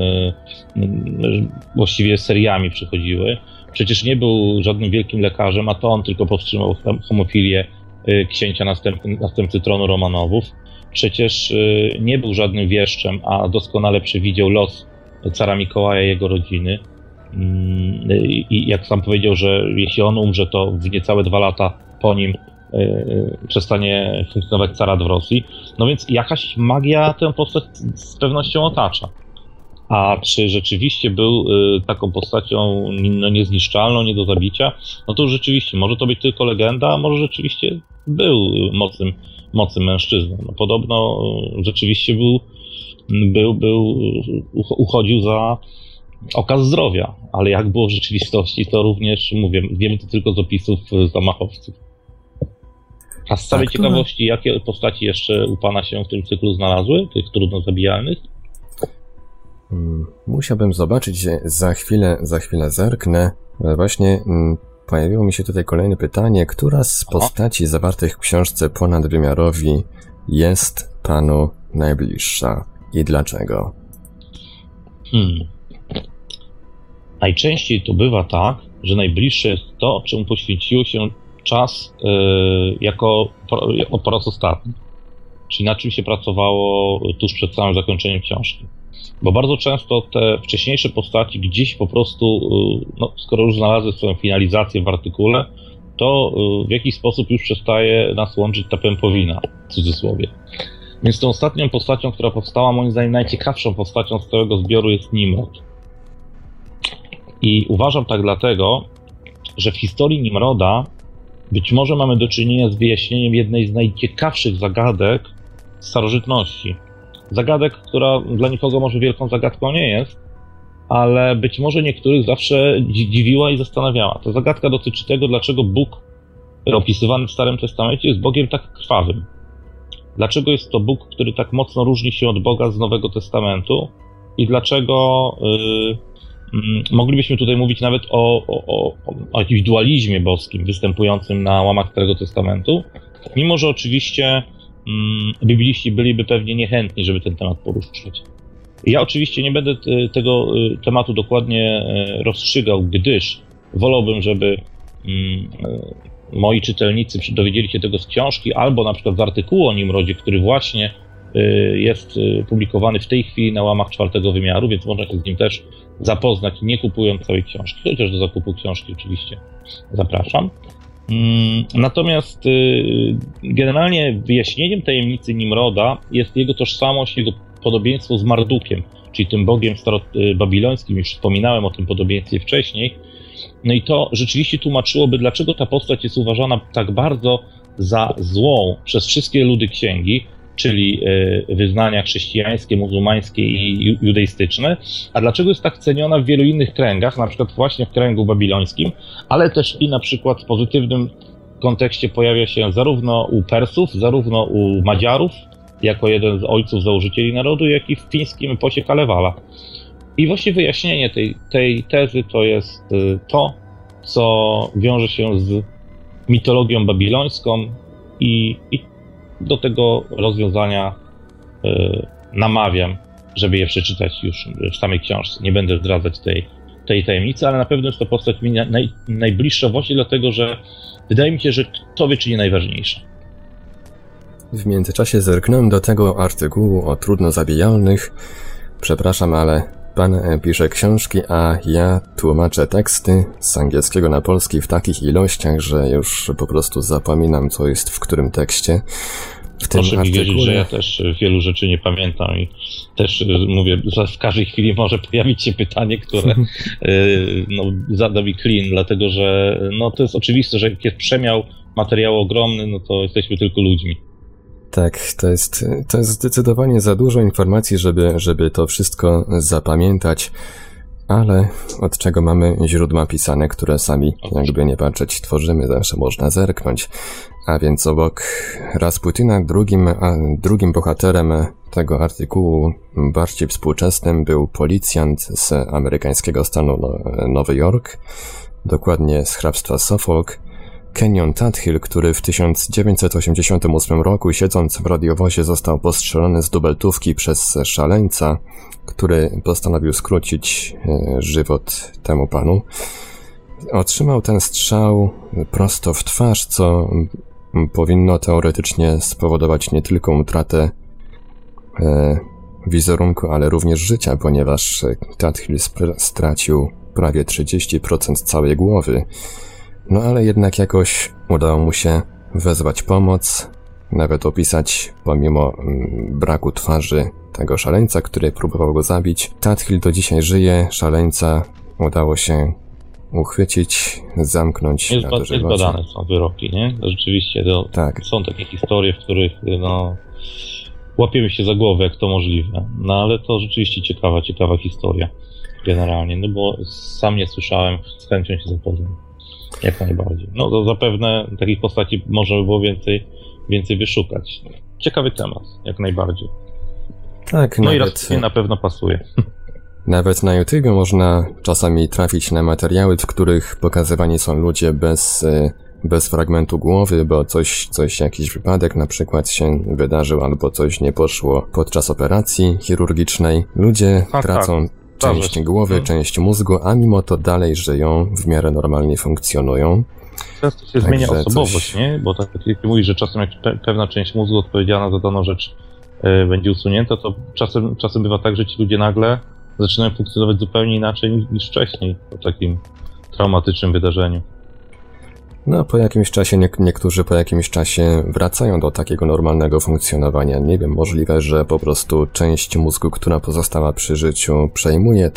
y, właściwie seriami przychodziły. Przecież nie był żadnym wielkim lekarzem, a to on tylko powstrzymał homofilię y, księcia następcy, następcy tronu Romanowów. Przecież y, nie był żadnym wieszczem, a doskonale przewidział los cara Mikołaja i jego rodziny. Y, I jak sam powiedział, że jeśli on umrze, to w niecałe dwa lata po nim y, y, przestanie funkcjonować carat w Rosji. No więc jakaś magia tę postać z pewnością otacza. A czy rzeczywiście był y, taką postacią no, niezniszczalną, nie do zabicia? No to rzeczywiście, może to być tylko legenda, a może rzeczywiście był mocnym, mocnym mężczyzną. No, podobno y, rzeczywiście był, był, był, uchodził za okaz zdrowia, ale jak było w rzeczywistości, to również, mówię, wiemy to tylko z opisów zamachowców. A z całej tak, ciekawości, jakie postaci jeszcze u pana się w tym cyklu znalazły, tych trudno zabijalnych? Musiałbym zobaczyć, za chwilę, za chwilę zerknę. Właśnie pojawiło mi się tutaj kolejne pytanie. Która z postaci zawartych w książce Ponadwymiarowi jest panu najbliższa i dlaczego? Hmm. Najczęściej to bywa tak, że najbliższe jest to, czemu poświęciło się czas yy, jako po, po raz ostatni. Czyli na czym się pracowało tuż przed samym zakończeniem książki. Bo bardzo często te wcześniejsze postaci gdzieś po prostu, no, skoro już znalazły swoją finalizację w artykule, to w jakiś sposób już przestaje nas łączyć ta pępowina, w cudzysłowie. Więc tą ostatnią postacią, która powstała, moim zdaniem najciekawszą postacią z całego zbioru jest Nimrod. I uważam tak dlatego, że w historii Nimroda być może mamy do czynienia z wyjaśnieniem jednej z najciekawszych zagadek starożytności. Zagadek, która dla nikogo może wielką zagadką nie jest, ale być może niektórych zawsze dziwiła i zastanawiała. Ta zagadka dotyczy tego, dlaczego Bóg opisywany w Starym Testamencie jest Bogiem tak krwawym. Dlaczego jest to Bóg, który tak mocno różni się od Boga z Nowego Testamentu i dlaczego yy, yy, moglibyśmy tutaj mówić nawet o, o, o jakimś dualizmie boskim występującym na łamach Starego Testamentu, mimo że oczywiście yy, bibliści byliby pewnie niechętni, żeby ten temat poruszyć. Ja oczywiście nie będę t- tego y, tematu dokładnie y, rozstrzygał, gdyż wolałbym, żeby y, y, moi czytelnicy dowiedzieli się tego z książki, albo na przykład z artykułu o Nimrodzie, który właśnie y, jest y, publikowany w tej chwili na łamach czwartego wymiaru, więc można się z nim też zapoznać, nie kupując całej książki, chociaż do zakupu książki oczywiście zapraszam. Y, natomiast y, generalnie wyjaśnieniem tajemnicy Nimroda jest jego tożsamość, jego podobieństwo z Mardukiem, czyli tym bogiem starobabilońskim, już wspominałem o tym podobieństwie wcześniej. No i to rzeczywiście tłumaczyłoby, dlaczego ta postać jest uważana tak bardzo za złą przez wszystkie ludy księgi, czyli wyznania chrześcijańskie, muzułmańskie i judeistyczne, a dlaczego jest tak ceniona w wielu innych kręgach, na przykład właśnie w kręgu babilońskim, ale też i na przykład w pozytywnym kontekście pojawia się zarówno u Persów, zarówno u Madziarów, jako jeden z ojców założycieli narodu, jak i w fińskim eposie Kalewala. I właśnie wyjaśnienie tej, tej tezy to jest to, co wiąże się z mitologią babilońską i, i do tego rozwiązania y, namawiam, żeby je przeczytać już w samej książce. Nie będę zdradzać tej, tej tajemnicy, ale na pewno jest to postać mi naj, najbliższa właśnie dlatego, że wydaje mi się, że kto wie, czy nie najważniejsza. W międzyczasie zerknąłem do tego artykułu o trudno zabijalnych. Przepraszam, ale pan pisze książki, a ja tłumaczę teksty z angielskiego na polski w takich ilościach, że już po prostu zapominam, co jest w którym tekście. W tym Proszę artykule... mi wierzyć, że ja też wielu rzeczy nie pamiętam i też mówię, że w każdej chwili może pojawić się pytanie, które no, zada mi klin, dlatego że no, to jest oczywiste, że jak jest przemiał materiału ogromny, no to jesteśmy tylko ludźmi. Tak, to jest, to jest zdecydowanie za dużo informacji, żeby, żeby to wszystko zapamiętać, ale od czego mamy źródła pisane, które sami, jakby nie patrzeć, tworzymy, zawsze można zerknąć. A więc obok Rasputina drugim, a drugim bohaterem tego artykułu, bardziej współczesnym, był policjant z amerykańskiego stanu Nowy Jork, dokładnie z hrabstwa Suffolk, Kenyon Tuthill, który w tysiąc dziewięćset osiemdziesiątym ósmym roku, siedząc w radiowozie, został postrzelony z dubeltówki przez szaleńca, który postanowił skrócić e, żywot temu panu. Otrzymał ten strzał prosto w twarz, co powinno teoretycznie spowodować nie tylko utratę e, wizerunku, ale również życia, ponieważ Tuthill spr- stracił prawie trzydzieści procent całej głowy. No ale jednak jakoś udało mu się wezwać pomoc, nawet opisać, pomimo braku twarzy tego szaleńca, który próbował go zabić. Tuthill do dzisiaj żyje, szaleńca udało się uchwycić, zamknąć jest na ba- dożywocie. Jest badane są wyroki, nie? Rzeczywiście, to tak. Są takie historie, w których no, łapiemy się za głowę, jak to możliwe. No ale to rzeczywiście ciekawa, ciekawa historia generalnie, no bo sam nie słyszałem, z chęcią się zapoznam. Jak najbardziej. No to zapewne takich postaci można by było więcej, więcej wyszukać. Ciekawy temat, jak najbardziej. Tak, no nawet, i Rasputin na pewno pasuje. Nawet na YouTube można czasami trafić na materiały, w których pokazywani są ludzie bez, bez fragmentu głowy, bo coś, coś, jakiś wypadek na przykład się wydarzył, albo coś nie poszło podczas operacji chirurgicznej. Ludzie A, tracą tak. część głowy, hmm. część mózgu, a mimo to dalej żyją, w miarę normalnie funkcjonują. Często się zmienia osobowość, coś... nie? Bo tak jak mówisz, że czasem jak pe- pewna część mózgu odpowiedzialna za daną rzecz yy, będzie usunięta, to czasem, czasem bywa tak, że ci ludzie nagle zaczynają funkcjonować zupełnie inaczej niż, niż wcześniej po takim traumatycznym wydarzeniu. No, po jakimś czasie, nie, niektórzy po jakimś czasie wracają do takiego normalnego funkcjonowania. Nie wiem, możliwe, że po prostu część mózgu, która pozostała przy życiu, przejmuje te,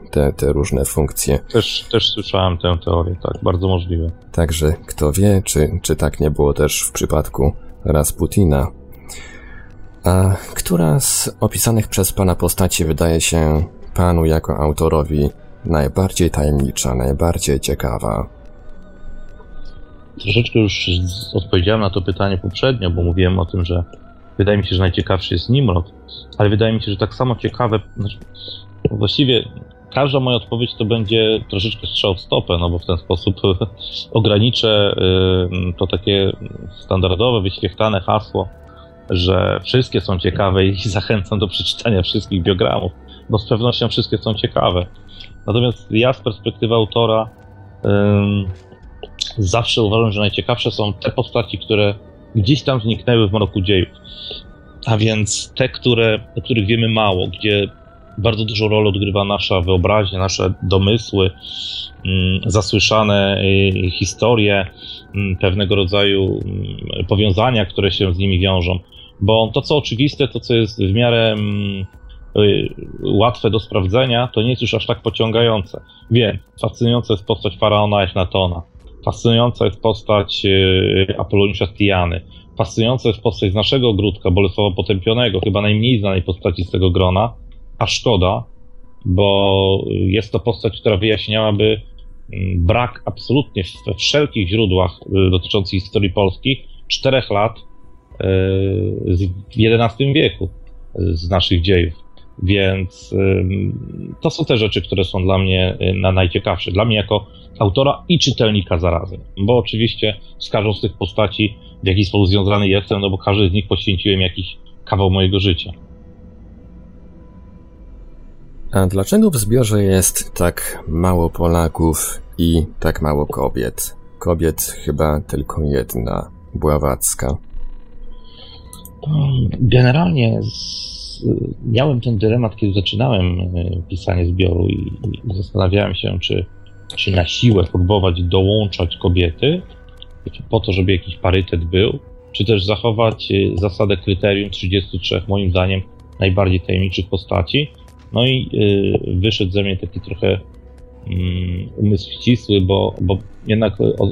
te, te różne funkcje. Też, też słyszałem tę teorię, tak, bardzo możliwe. Także kto wie, czy, czy tak nie było też w przypadku Rasputina. A która z opisanych przez pana postaci wydaje się panu jako autorowi najbardziej tajemnicza, najbardziej ciekawa? Troszeczkę już odpowiedziałem na to pytanie poprzednio, bo mówiłem o tym, że wydaje mi się, że najciekawszy jest Nimrod, ale wydaje mi się, że tak samo ciekawe, znaczy, właściwie każda moja odpowiedź to będzie troszeczkę strzał w stopę, no bo w ten sposób ograniczę to takie standardowe, wyświechtane hasło, że wszystkie są ciekawe i zachęcam do przeczytania wszystkich biogramów, bo z pewnością wszystkie są ciekawe. Natomiast ja z perspektywy autora ym, zawsze uważam, że najciekawsze są te postaci, które gdzieś tam zniknęły w mroku dziejów. A więc te, które, o których wiemy mało, gdzie bardzo dużą rolę odgrywa nasza wyobraźnia, nasze domysły, ym, zasłyszane y, historie, y, pewnego rodzaju y, powiązania, które się z nimi wiążą. Bo to, co oczywiste, to, co jest w miarę y, y, łatwe do sprawdzenia, to nie jest już aż tak pociągające. Wiem, fascynująca jest postać faraona Echnatona, fascynująca jest postać y, Apolloniusza z Tiany, fascynująca jest postać z naszego ogródka, Bolesława Potępionego, chyba najmniej znanej postaci z tego grona, a szkoda, bo jest to postać, która wyjaśniałaby brak absolutnie we wszelkich źródłach dotyczących historii polskich czterech lat w jedenastym wieku z naszych dziejów. Więc to są te rzeczy, które są dla mnie na najciekawsze. Dla mnie jako autora i czytelnika zarazem. Bo oczywiście z każdą z tych postaci w jakiś sposób związany jestem, no bo każdy z nich poświęciłem jakiś kawał mojego życia. A dlaczego w zbiorze jest tak mało Polaków i tak mało kobiet? Kobiet chyba tylko jedna, Bławacka. Generalnie z, miałem ten dylemat, kiedy zaczynałem pisanie zbioru i, i zastanawiałem się, czy, czy na siłę próbować dołączać kobiety, po to, żeby jakiś parytet był, czy też zachować zasadę kryterium trzydziestu trzech, moim zdaniem, najbardziej tajemniczych postaci. No i y, wyszedł ze mnie taki trochę y, umysł ścisły, bo, bo jednak o, o,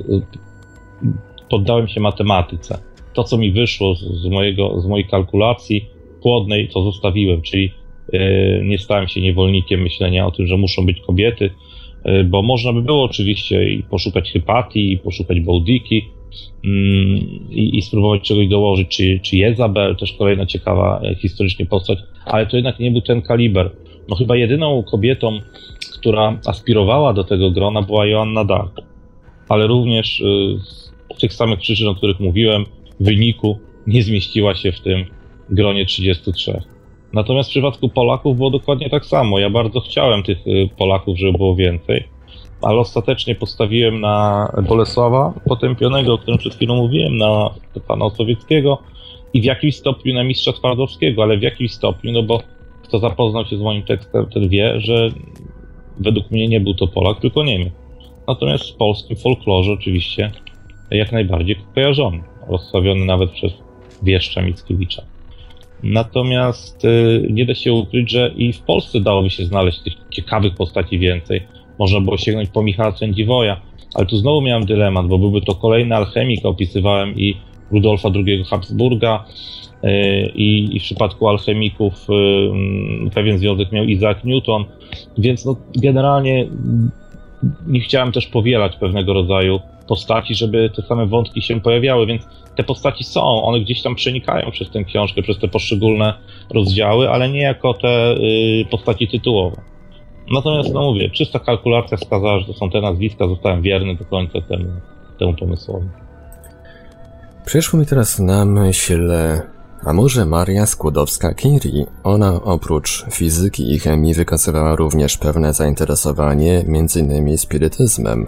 poddałem się matematyce. To, co mi wyszło z, z, mojego, z mojej kalkulacji płodnej, to zostawiłem, czyli y, nie stałem się niewolnikiem myślenia o tym, że muszą być kobiety, y, bo można by było oczywiście i poszukać Hypatii, i poszukać Boudicki, y, i, i spróbować czegoś dołożyć, czy, czy Jezabel, też kolejna ciekawa historycznie postać, ale to jednak nie był ten kaliber. No chyba jedyną kobietą, która aspirowała do tego grona, była Joanna d'Arc, ale również y, z tych samych przyczyn, o których mówiłem, w wyniku nie zmieściła się w tym gronie trzydziestu trzech. Natomiast w przypadku Polaków było dokładnie tak samo. Ja bardzo chciałem tych y, Polaków, żeby było więcej, ale ostatecznie postawiłem na Bolesława Potępionego, o którym przed chwilą mówiłem, na pana Osowieckiego i w jakimś stopniu na mistrza Twardowskiego, ale w jakimś stopniu, no bo kto zapoznał się z moim tekstem, ten wie, że według mnie nie był to Polak, tylko Niemiec. Natomiast w polskim folklorze oczywiście jak najbardziej kojarzony, rozsławiony nawet przez wieszcza Mickiewicza. Natomiast y, nie da się ukryć, że i w Polsce dałoby się znaleźć tych ciekawych postaci więcej. Można było sięgnąć po Michała Sędziwoja, ale tu znowu miałem dylemat, bo byłby to kolejny alchemik, opisywałem i Rudolfa drugiego Habsburga, I, i w przypadku alchemików y, pewien związek miał Isaac Newton, więc no, generalnie nie chciałem też powielać pewnego rodzaju postaci, żeby te same wątki się pojawiały, więc te postaci są, one gdzieś tam przenikają przez tę książkę, przez te poszczególne rozdziały, ale nie jako te y, postaci tytułowe. Natomiast, no mówię, czysta kalkulacja wskazała, że to są te nazwiska, zostałem wierny do końca temu, temu pomysłowi. Przyszło mi teraz na myśl, a może Maria Skłodowska-Curie? Ona oprócz fizyki i chemii wykazywała również pewne zainteresowanie, między innymi spirytyzmem.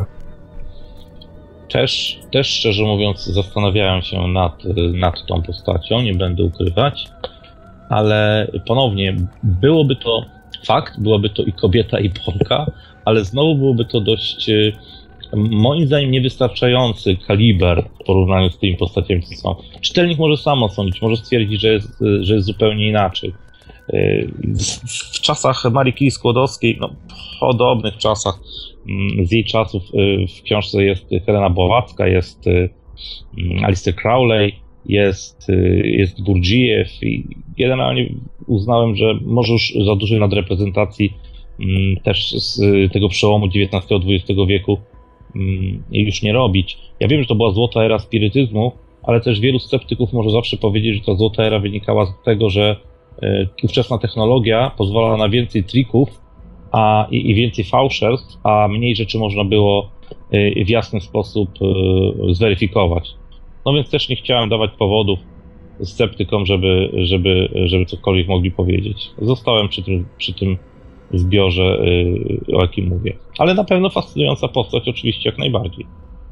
Też, też szczerze mówiąc zastanawiałem się nad, nad tą postacią, nie będę ukrywać, ale ponownie byłoby to fakt, byłaby to i kobieta, i Polka, ale znowu byłoby to dość, moim zdaniem, niewystarczający kaliber w porównaniu z tymi postaciami, co są. Czytelnik może sam osądzić, może stwierdzić, że jest, że jest zupełnie inaczej. W czasach Marii Curie Skłodowskiej, no, w podobnych czasach, z jej czasów w książce jest Helena Blavatsky, jest Aleister Crowley, jest, jest Gurdjieff i generalnie uznałem, że może już za dużej nadreprezentacji też z tego przełomu dziewiętnastego dwudziestego wieku już nie robić. Ja wiem, że to była złota era spirytyzmu, ale też wielu sceptyków może zawsze powiedzieć, że ta złota era wynikała z tego, że ówczesna technologia pozwalała na więcej trików a, i, i więcej fałszerstw, a mniej rzeczy można było w jasny sposób zweryfikować. No więc też nie chciałem dawać powodów sceptykom, żeby, żeby, żeby cokolwiek mogli powiedzieć. Zostałem przy tym, przy tym zbiorze, o jakim mówię. Ale na pewno fascynująca postać, oczywiście, jak najbardziej.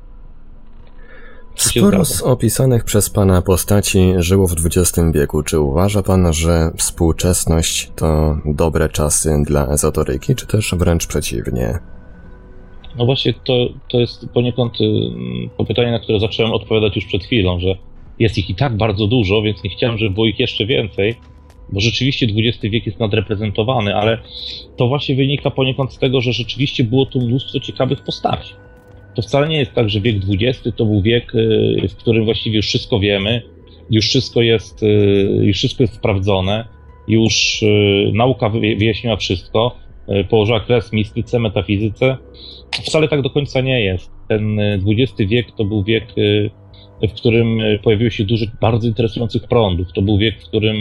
Sporo z opisanych przez pana postaci żyło w dwudziestym wieku. Czy uważa pan, że współczesność to dobre czasy dla ezoteryki, czy też wręcz przeciwnie? No właśnie, to, to jest poniekąd to pytanie, na które zacząłem odpowiadać już przed chwilą, że jest ich i tak bardzo dużo, więc nie chciałem, żeby było ich jeszcze więcej, bo rzeczywiście dwudziesty wiek jest nadreprezentowany, ale to właśnie wynika poniekąd z tego, że rzeczywiście było tu mnóstwo ciekawych postaci. To wcale nie jest tak, że wiek dwudziesty to był wiek, w którym właściwie już wszystko wiemy, już wszystko jest, już wszystko jest sprawdzone, już nauka wyjaśniła wszystko, położyła kres mistyce, metafizyce. Wcale tak do końca nie jest. Ten dwudziesty wiek to był wiek, w którym pojawiło się dużo bardzo interesujących prądów. To był wiek, w którym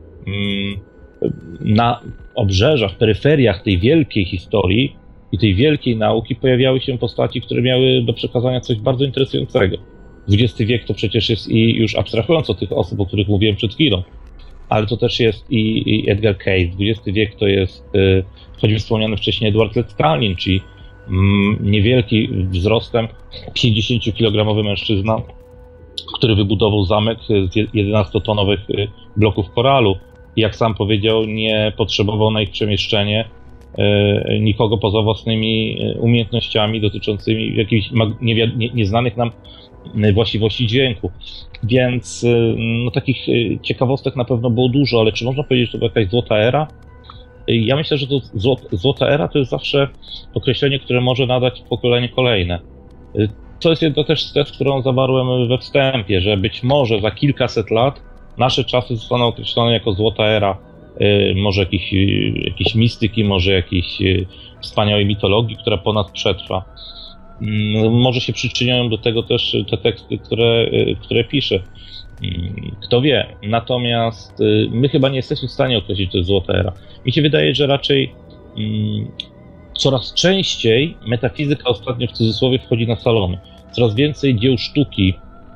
na obrzeżach, peryferiach tej wielkiej historii i tej wielkiej nauki pojawiały się postaci, które miały do przekazania coś bardzo interesującego. dwudziesty wiek to przecież jest i już abstrahując od tych osób, o których mówiłem przed chwilą, ale to też jest i, i Edgar Cayce. dwudziesty wiek to jest y, choćby wspomniany wcześniej Edward Ledskalnin, czyli mm, niewielki wzrostem pięćdziesięciokilogramowy mężczyzna, który wybudował zamek z jedenastotonowych bloków koralu. I jak sam powiedział, nie potrzebował na ich przemieszczenie y, nikogo poza własnymi umiejętnościami dotyczącymi jakichś nie, nie, nieznanych nam właściwości dźwięku. Więc no, takich ciekawostek na pewno było dużo, ale czy można powiedzieć, że to była jakaś złota era? Ja myślę, że to złota era to jest zawsze określenie, które może nadać pokolenie kolejne. To jest jedna też z tez, którą zawarłem we wstępie, że być może za kilkaset lat nasze czasy zostaną określone jako złota era, może jakiejś, jakiejś mistyki, może jakiejś wspaniałej mitologii, która po nas przetrwa. Może się przyczyniają do tego też te teksty, które, które piszę. Kto wie. Natomiast my chyba nie jesteśmy w stanie określić, że to jest złota era. Mi się wydaje, że raczej um, coraz częściej metafizyka ostatnio w cudzysłowie wchodzi na salony. Coraz więcej dzieł sztuki,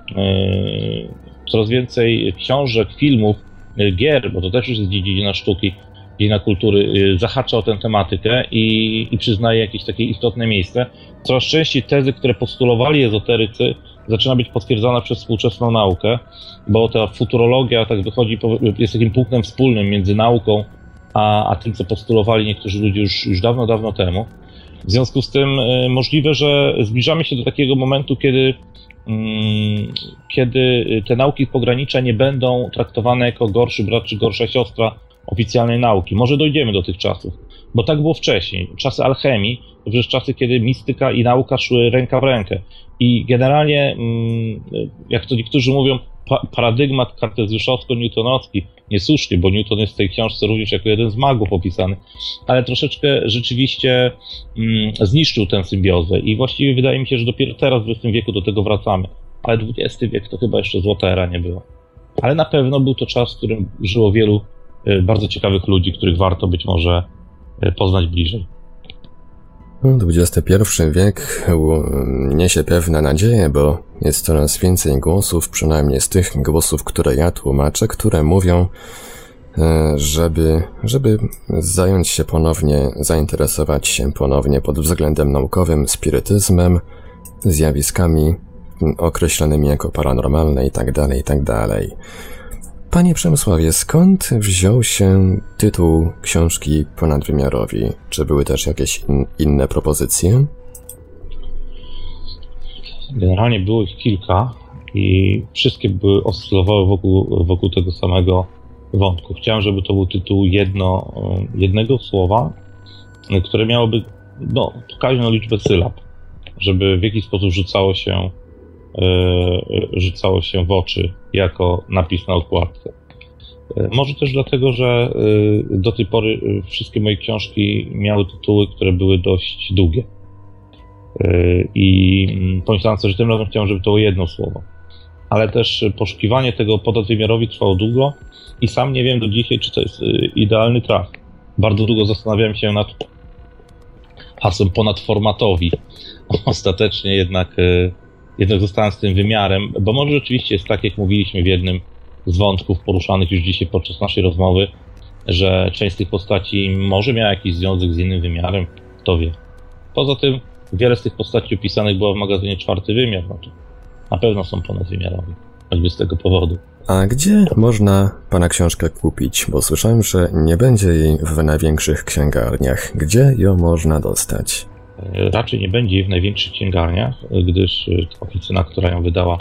yy, coraz więcej książek, filmów, yy, gier, bo to też już jest dziedzina sztuki, dziedzina kultury, yy, zahacza o tę tematykę i, i przyznaje jakieś takie istotne miejsce. Coraz częściej tezy, które postulowali ezoterycy, zaczyna być potwierdzana przez współczesną naukę, bo ta futurologia tak wychodzi, jest takim punktem wspólnym między nauką a, a tym, co postulowali niektórzy ludzie już, już dawno, dawno temu. W związku z tym y, możliwe, że zbliżamy się do takiego momentu, kiedy, y, kiedy te nauki pogranicza nie będą traktowane jako gorszy brat czy gorsza siostra oficjalnej nauki. Może dojdziemy do tych czasów, bo tak było wcześniej. Czasy alchemii to przecież czasy, kiedy mistyka i nauka szły ręka w rękę. I generalnie, jak to niektórzy mówią, paradygmat kartezjuszowsko-newtonowski, niesłusznie, bo Newton jest w tej książce również jako jeden z magów opisany, ale troszeczkę rzeczywiście mm, zniszczył tę symbiozę i właściwie wydaje mi się, że dopiero teraz w dwudziestym wieku do tego wracamy. Ale dwudziesty wiek to chyba jeszcze złota era nie było. Ale na pewno był to czas, w którym żyło wielu y, bardzo ciekawych ludzi, których warto być może y, poznać bliżej. dwudziesty pierwszy wiek niesie pewne nadzieje, bo jest coraz więcej głosów, przynajmniej z tych głosów, które ja tłumaczę, które mówią, żeby, żeby zająć się ponownie, zainteresować się ponownie pod względem naukowym spirytyzmem, zjawiskami określonymi jako paranormalne itd., itd. Panie Przemysławie, skąd wziął się tytuł książki Ponadwymiarowi? Czy były też jakieś in, inne propozycje? Generalnie było ich kilka i wszystkie były oscylowały wokół, wokół tego samego wątków. Chciałem, żeby to był tytuł jedno, jednego słowa, które miałoby no, pokaźną liczbę sylab, żeby w jakiś sposób rzucało się, yy, rzucało się w oczy jako napis na okładce. Yy, może też dlatego, że yy, do tej pory yy, wszystkie moje książki miały tytuły, które były dość długie. Yy, I yy, pomyślałem sobie, że tym razem chciałem, żeby to było jedno słowo. Ale też poszukiwanie tego ponadwymiarowi trwało długo i sam nie wiem do dzisiaj, czy to jest yy, idealny traf. Bardzo długo zastanawiałem się nad hasłem ponadformatowi. Ostatecznie jednak, jednak zostałem z tym wymiarem, bo może rzeczywiście jest tak, jak mówiliśmy w jednym z wątków poruszanych już dzisiaj podczas naszej rozmowy, że część z tych postaci może miała jakiś związek z innym wymiarem, kto wie. Poza tym wiele z tych postaci opisanych było w magazynie Czwarty Wymiar, no to na pewno są ponadwymiarowi, choćby z tego powodu. A gdzie można pana książkę kupić? Bo słyszałem, że nie będzie jej w największych księgarniach. Gdzie ją można dostać? Raczej nie będzie jej w największych księgarniach, gdyż oficyna, która ją wydała,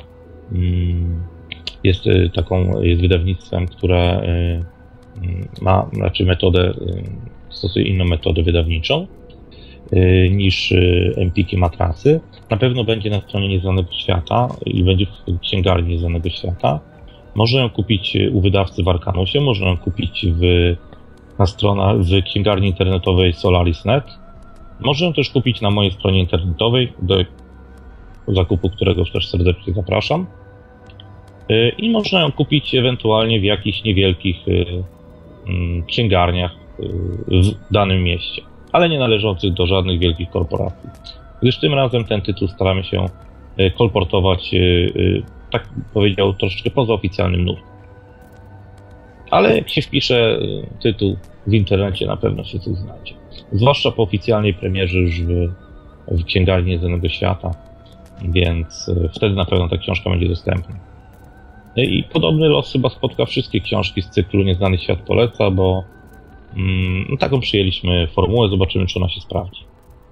jest taką, jest wydawnictwem, które ma, znaczy metodę, stosuje inną metodę wydawniczą niż Empiki Matrasy. Na pewno będzie na stronie Nieznanego Świata i będzie w księgarni Nieznanego Świata. Można ją kupić u wydawcy w Arkanusie, można ją kupić w, na stronach, w księgarni internetowej Solaris kropka net. Można ją też kupić na mojej stronie internetowej, do zakupu którego też serdecznie zapraszam. I można ją kupić ewentualnie w jakichś niewielkich księgarniach w danym mieście, ale nie należących do żadnych wielkich korporacji. Gdyż tym razem ten tytuł staramy się kolportować, tak powiedział, troszeczkę poza oficjalnym nurtem. Ale jak się wpisze tytuł w internecie, na pewno się coś znajdzie. Zwłaszcza po oficjalnej premierze już w, w księgarni Nieznanego Świata, więc wtedy na pewno ta książka będzie dostępna. I podobny los chyba spotka wszystkie książki z cyklu Nieznany Świat poleca, bo mm, taką przyjęliśmy formułę, zobaczymy, czy ona się sprawdzi.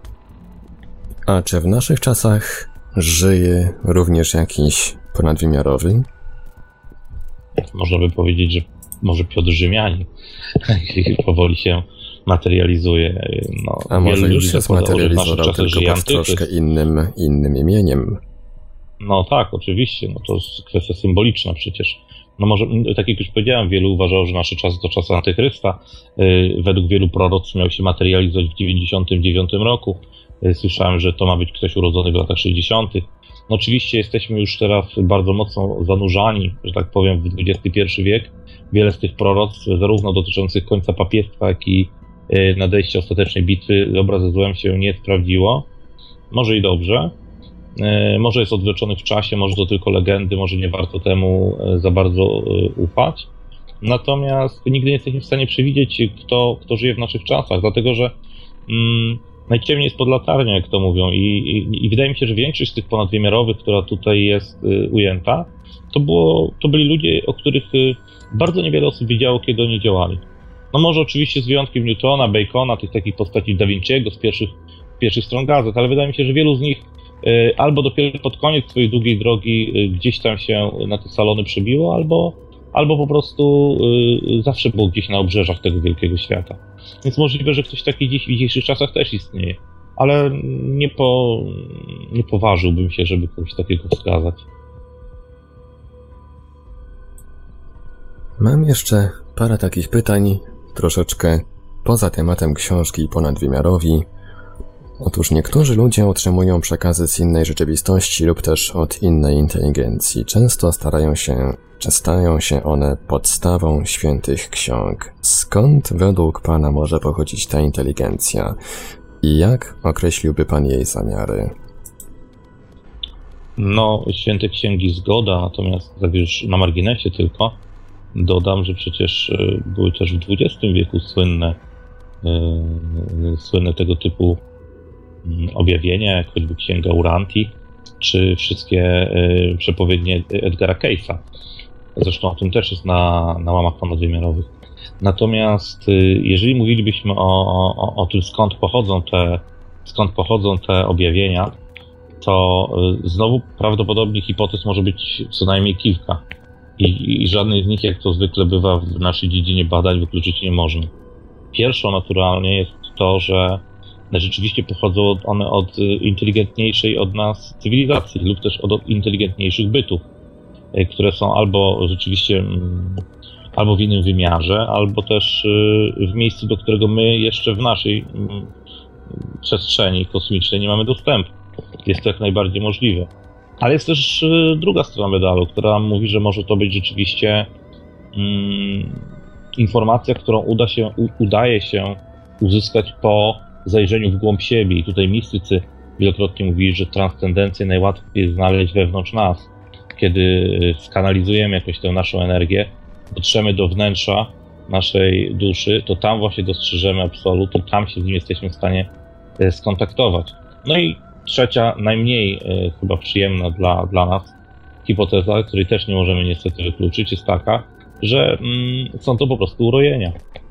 A czy w naszych czasach żyje również jakiś ponadwymiarowy? Można by powiedzieć, że może Piotr Rzymianin powoli się materializuje. No, a może już się zmaterializował, tylko pod troszkę innym, innym imieniem. No tak, oczywiście, no to jest kwestia symboliczna przecież. No może, tak jak już powiedziałem, wielu uważało, że nasze czasy to czasy antychrysta. Yy, według wielu proroc miał się materializować w dziewięćdziesiątym dziewiątym roku. Yy, słyszałem, że to ma być ktoś urodzony w latach sześćdziesiątych. No oczywiście jesteśmy już teraz bardzo mocno zanurzani, że tak powiem, w dwudziesty pierwszy wiek. Wiele z tych proroc, zarówno dotyczących końca papiestwa, jak i yy, nadejścia ostatecznej bitwy dobra ze złem się nie sprawdziło. Może i dobrze. Może jest odwleczony w czasie, może to tylko legendy, może nie warto temu za bardzo ufać. Natomiast nigdy nie jesteśmy w stanie przewidzieć, kto, kto żyje w naszych czasach, dlatego że mm, najciemniej jest pod latarnią, jak to mówią. I, i, i wydaje mi się, że większość z tych ponadwymiarowych, która tutaj jest y, ujęta, to, było, to byli ludzie, o których y, bardzo niewiele osób wiedziało, kiedy oni działali. No może oczywiście z wyjątkiem Newtona, Bacona, tych takich postaci Da Vinciego z pierwszych, pierwszych stron gazet, ale wydaje mi się, że wielu z nich albo dopiero pod koniec swojej długiej drogi gdzieś tam się na te salony przebiło, albo, albo po prostu zawsze było gdzieś na obrzeżach tego wielkiego świata. Więc możliwe, że ktoś taki dziś w dzisiejszych czasach też istnieje, ale nie, po, nie poważyłbym się, żeby kogoś takiego wskazać. Mam jeszcze parę takich pytań, troszeczkę poza tematem książki i ponadwymiarowi. Otóż niektórzy ludzie otrzymują przekazy z innej rzeczywistości lub też od innej inteligencji. Często starają się, czy stają się one podstawą świętych ksiąg. Skąd według Pana może pochodzić ta inteligencja? I jak określiłby Pan jej zamiary? No, święte księgi zgoda, natomiast tak już na marginesie tylko dodam, że przecież były też w dwudziestym wieku słynne, yy, słynne tego typu objawienia, jak choćby Księga Uranti, czy wszystkie y, przepowiednie Edgara Case'a. Zresztą o tym też jest na, na łamach ponadwymiarowych. Natomiast y, jeżeli mówilibyśmy o, o, o tym, skąd pochodzą te, skąd pochodzą te objawienia, to y, znowu prawdopodobnie hipotez może być co najmniej kilka. I, i żadnej z nich, jak to zwykle bywa w naszej dziedzinie badań, wykluczyć nie można. Pierwszą naturalnie jest to, że rzeczywiście pochodzą one od inteligentniejszej od nas cywilizacji lub też od inteligentniejszych bytów, które są albo rzeczywiście albo w innym wymiarze, albo też w miejscu, do którego my jeszcze w naszej przestrzeni kosmicznej nie mamy dostępu. Jest to jak najbardziej możliwe. Ale jest też druga strona medalu, która mówi, że może to być rzeczywiście mm, informacja, którą uda się, u, udaje się uzyskać po zajrzeniu w głąb siebie. I tutaj mistycy wielokrotnie mówili, że transcendencję najłatwiej jest znaleźć wewnątrz nas. Kiedy skanalizujemy jakoś tę naszą energię, dotrzemy do wnętrza naszej duszy, to tam właśnie dostrzeżemy absolut i tam się z nim jesteśmy w stanie skontaktować. No i trzecia, najmniej e, chyba przyjemna dla, dla nas hipoteza, której też nie możemy niestety wykluczyć, jest taka, że mm, są to po prostu urojenia.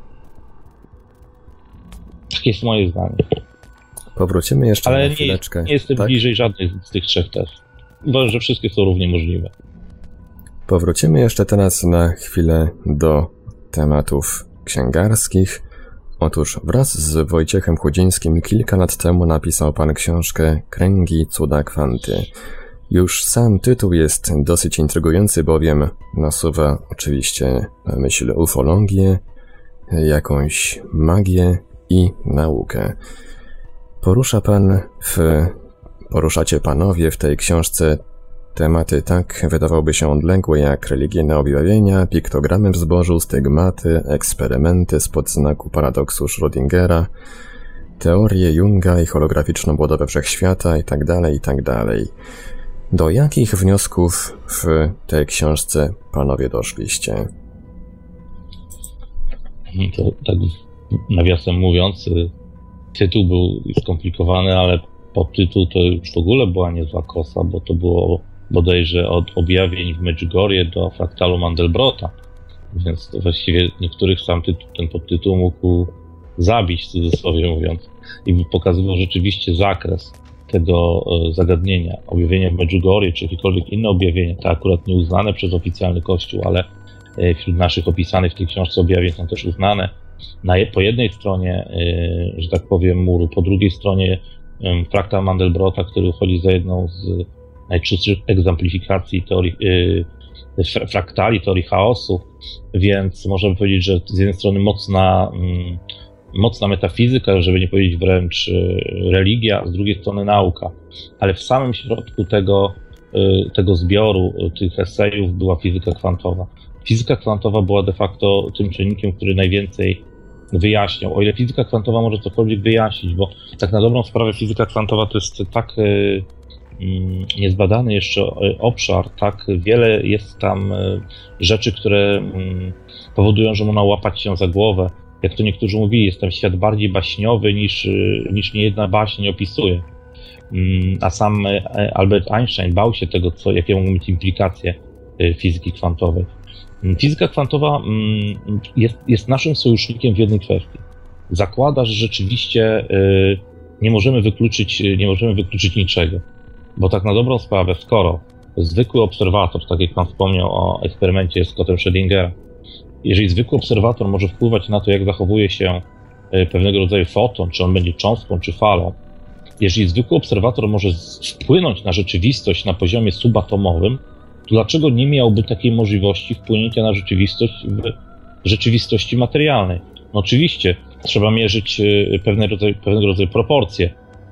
Takie jest moje zdanie. Powrócimy jeszcze Ale na nie, chwileczkę. nie jestem tak? bliżej żadnej z tych trzech też. Uważam, że wszystkie są równie możliwe. Powrócimy jeszcze teraz na chwilę do tematów księgarskich. Otóż wraz z Wojciechem Chudzińskim kilka lat temu napisał pan książkę Kręgi cuda kwanty. Już sam tytuł jest dosyć intrygujący, bowiem nasuwa oczywiście na myśl ufologię, jakąś magię i naukę. Porusza pan w, poruszacie panowie w tej książce tematy tak wydawałoby się odległe jak religijne objawienia, piktogramy w zbożu, stygmaty, eksperymenty spod znaku paradoksu Schrödingera, teorie Junga i holograficzną budowę wszechświata itd., itd. Do jakich wniosków w tej książce panowie doszliście? To tak nawiasem mówiąc, tytuł był skomplikowany, ale podtytuł to już w ogóle była niezła kosa, bo to było bodajże od objawień w Medjugorje do fraktalu Mandelbrota, więc to właściwie niektórych sam tytuł, ten podtytuł mógł zabić, w cudzysłowie mówiąc, i pokazywał rzeczywiście zakres tego zagadnienia. Objawienia w Medjugorje, czy jakiekolwiek inne objawienia, te akurat nieuznane przez oficjalny kościół, ale wśród naszych opisanych w tej książce objawień są też uznane. Na, po jednej stronie, że tak powiem, muru, po drugiej stronie fraktal Mandelbrota, który uchodzi za jedną z najczystszych egzemplifikacji teorii, yy, fraktali, teorii chaosu, więc możemy powiedzieć, że z jednej strony mocna, yy, mocna metafizyka, żeby nie powiedzieć wręcz yy, religia, a z drugiej strony nauka. Ale w samym środku tego, yy, tego zbioru yy, tych esejów była fizyka kwantowa. Fizyka kwantowa była de facto tym czynnikiem, który najwięcej wyjaśniał. O ile fizyka kwantowa może cokolwiek wyjaśnić, bo tak na dobrą sprawę fizyka kwantowa to jest tak yy, niezbadany jeszcze obszar, tak wiele jest tam rzeczy, które powodują, że można łapać się za głowę. Jak to niektórzy mówili, jest tam świat bardziej baśniowy niż, niż niejedna baśń opisuje. A sam Albert Einstein bał się tego, co, jakie mogą być implikacje fizyki kwantowej. Fizyka kwantowa jest, jest naszym sojusznikiem w jednej kwestii. Zakłada, że rzeczywiście nie możemy wykluczyć, nie możemy wykluczyć niczego. Bo tak na dobrą sprawę, skoro zwykły obserwator, tak jak pan wspomniał o eksperymencie z kotem Schrödingera, jeżeli zwykły obserwator może wpływać na to, jak zachowuje się pewnego rodzaju foton, czy on będzie cząstką, czy falą, jeżeli zwykły obserwator może wpłynąć na rzeczywistość na poziomie subatomowym, to dlaczego nie miałby takiej możliwości wpłynięcia na rzeczywistość w rzeczywistości materialnej? No oczywiście, trzeba mierzyć pewne rodzaj, pewnego rodzaju proporcje.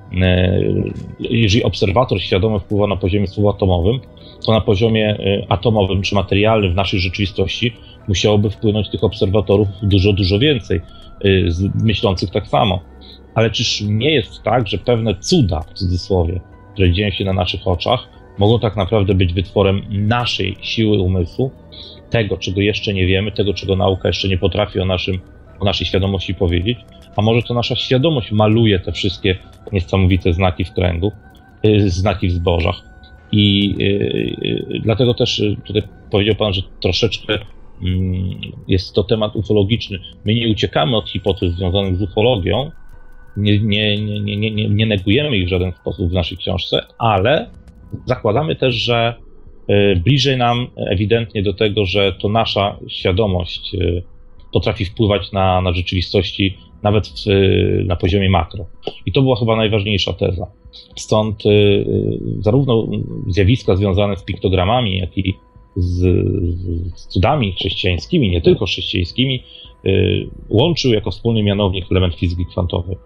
Jeżeli obserwator świadomy wpływa na poziomie subatomowym, to na poziomie atomowym czy materialnym w naszej rzeczywistości musiałoby wpłynąć tych obserwatorów dużo, dużo więcej, myślących tak samo. Ale czyż nie jest tak, że pewne cuda, w cudzysłowie, które dzieją się na naszych oczach, mogą tak naprawdę być wytworem naszej siły umysłu, tego, czego jeszcze nie wiemy, tego, czego nauka jeszcze nie potrafi o, naszym, o naszej świadomości powiedzieć, a może to nasza świadomość maluje te wszystkie niesamowite znaki w kręgu, yy, znaki w zbożach. I yy, yy, dlatego też yy, tutaj powiedział pan, że troszeczkę yy, jest to temat ufologiczny. My nie uciekamy od hipotez związanych z ufologią, nie, nie, nie, nie, nie, nie negujemy ich w żaden sposób w naszej książce, ale zakładamy też, że bliżej nam ewidentnie do tego, że to nasza świadomość potrafi wpływać na, na rzeczywistości nawet w, na poziomie makro. I to była chyba najważniejsza teza. Stąd zarówno zjawiska związane z piktogramami, jak i z, z cudami chrześcijańskimi, nie tylko chrześcijańskimi, łączył jako wspólny mianownik element fizyki kwantowej.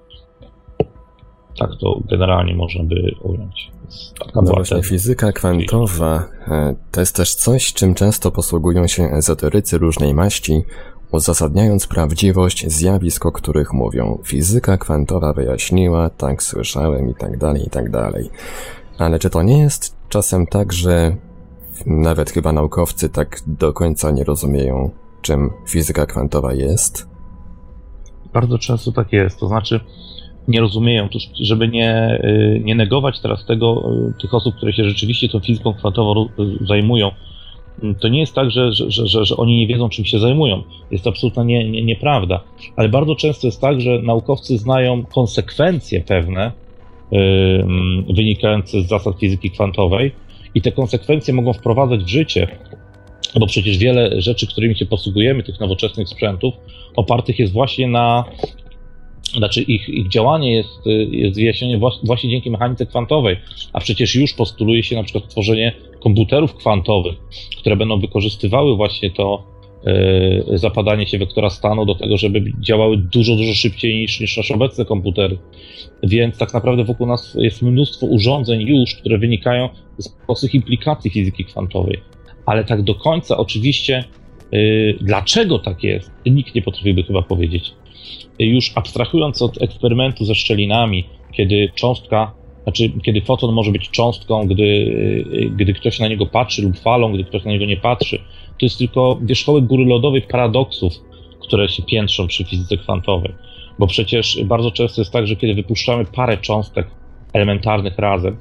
Tak to generalnie można by ująć. No właśnie, teza. Fizyka kwantowa to jest też coś, czym często posługują się ezoterycy różnej maści, uzasadniając prawdziwość zjawisk, o których mówią. Fizyka kwantowa wyjaśniła, tak słyszałem i tak dalej, i tak dalej. Ale czy to nie jest czasem tak, że nawet chyba naukowcy tak do końca nie rozumieją, czym fizyka kwantowa jest? Bardzo często tak jest, to znaczy nie rozumieją, to żeby nie, nie negować teraz tego, tych osób, które się rzeczywiście tą fizyką kwantową zajmują. To nie jest tak, że, że, że, że oni nie wiedzą, czym się zajmują. Jest to absolutnie nie, nie, nieprawda. Ale bardzo często jest tak, że naukowcy znają konsekwencje pewne yy, wynikające z zasad fizyki kwantowej i te konsekwencje mogą wprowadzać w życie, bo przecież wiele rzeczy, którymi się posługujemy, tych nowoczesnych sprzętów, opartych jest właśnie na... Znaczy ich, ich działanie jest, jest wyjaśnione właśnie dzięki mechanice kwantowej, a przecież już postuluje się na przykład tworzenie komputerów kwantowych, które będą wykorzystywały właśnie to yy, zapadanie się wektora stanu do tego, żeby działały dużo, dużo szybciej niż, niż nasze obecne komputery. Więc tak naprawdę wokół nas jest mnóstwo urządzeń już, które wynikają z prostych implikacji fizyki kwantowej. Ale tak do końca oczywiście yy, dlaczego tak jest, nikt nie potrafiłby chyba powiedzieć. Już abstrahując od eksperymentu ze szczelinami, kiedy cząstka, znaczy kiedy foton może być cząstką, gdy, gdy ktoś na niego patrzy, lub falą, gdy ktoś na niego nie patrzy, to jest tylko wierzchołek góry lodowej paradoksów, które się piętrzą przy fizyce kwantowej. Bo przecież bardzo często jest tak, że kiedy wypuszczamy parę cząstek elementarnych razem,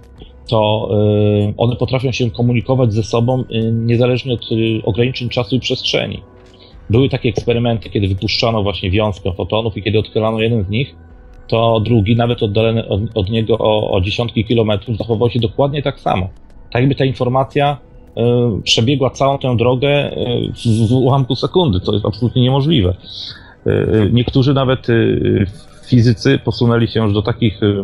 to one potrafią się komunikować ze sobą niezależnie od ograniczeń czasu i przestrzeni. Były takie eksperymenty, kiedy wypuszczano właśnie wiązkę fotonów i kiedy odchylano jeden z nich, to drugi, nawet oddalony od, od niego o, o dziesiątki kilometrów, zachowywał się dokładnie tak samo. Tak jakby ta informacja y, przebiegła całą tę drogę y, w, w ułamku sekundy, co jest absolutnie niemożliwe. Y, y, niektórzy nawet y, fizycy posunęli się już do takich, y,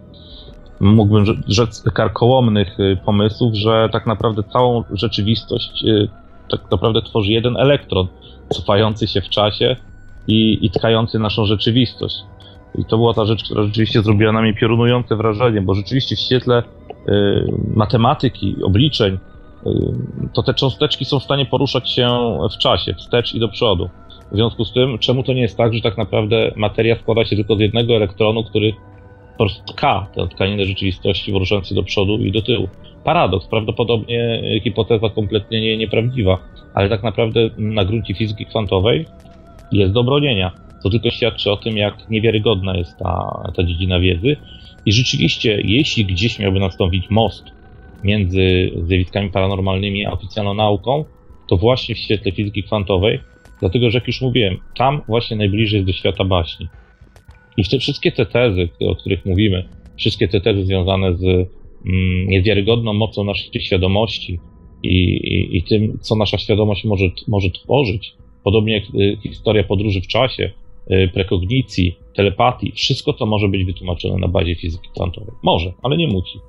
mógłbym rzec, karkołomnych y, pomysłów, że tak naprawdę całą rzeczywistość y, tak naprawdę tworzy jeden elektron, cofający się w czasie i, i tkający naszą rzeczywistość. I to była ta rzecz, która rzeczywiście zrobiła na mnie piorunujące wrażenie, bo rzeczywiście w świetle y, matematyki, obliczeń, y, to te cząsteczki są w stanie poruszać się w czasie, wstecz i do przodu. W związku z tym, czemu to nie jest tak, że tak naprawdę materia składa się tylko z jednego elektronu, który po prostu tka tę tkaninę rzeczywistości, poruszając się do przodu i do tyłu. Paradoks, prawdopodobnie hipoteza kompletnie nie, nieprawdziwa, ale tak naprawdę na gruncie fizyki kwantowej jest do obronienia. To tylko świadczy o tym, jak niewiarygodna jest ta, ta dziedzina wiedzy. I rzeczywiście, jeśli gdzieś miałby nastąpić most między zjawiskami paranormalnymi a oficjalną nauką, to właśnie w świetle fizyki kwantowej, dlatego że jak już mówiłem, tam właśnie najbliżej jest do świata baśni. I te, wszystkie te tezy, o których mówimy, wszystkie te tezy związane z mm, niewiarygodną mocą naszej świadomości i, i, i tym, co nasza świadomość może, może tworzyć, podobnie jak y, historia podróży w czasie, y, prekognicji, telepatii, wszystko to może być wytłumaczone na bazie fizyki kwantowej. Może, ale nie musi.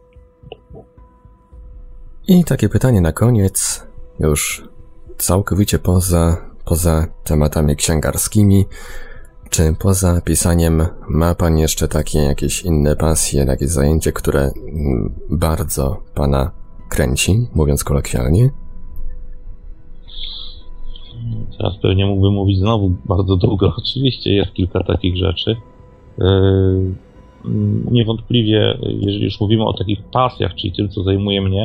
I takie pytanie na koniec, już całkowicie poza, poza tematami księgarskimi. Czy poza pisaniem ma pan jeszcze takie jakieś inne pasje, takie zajęcie, które bardzo pana kręci, mówiąc kolokwialnie? Teraz pewnie mógłbym mówić znowu bardzo długo. Oczywiście jest kilka takich rzeczy. Niewątpliwie, jeżeli już mówimy o takich pasjach, czyli tym, co zajmuje mnie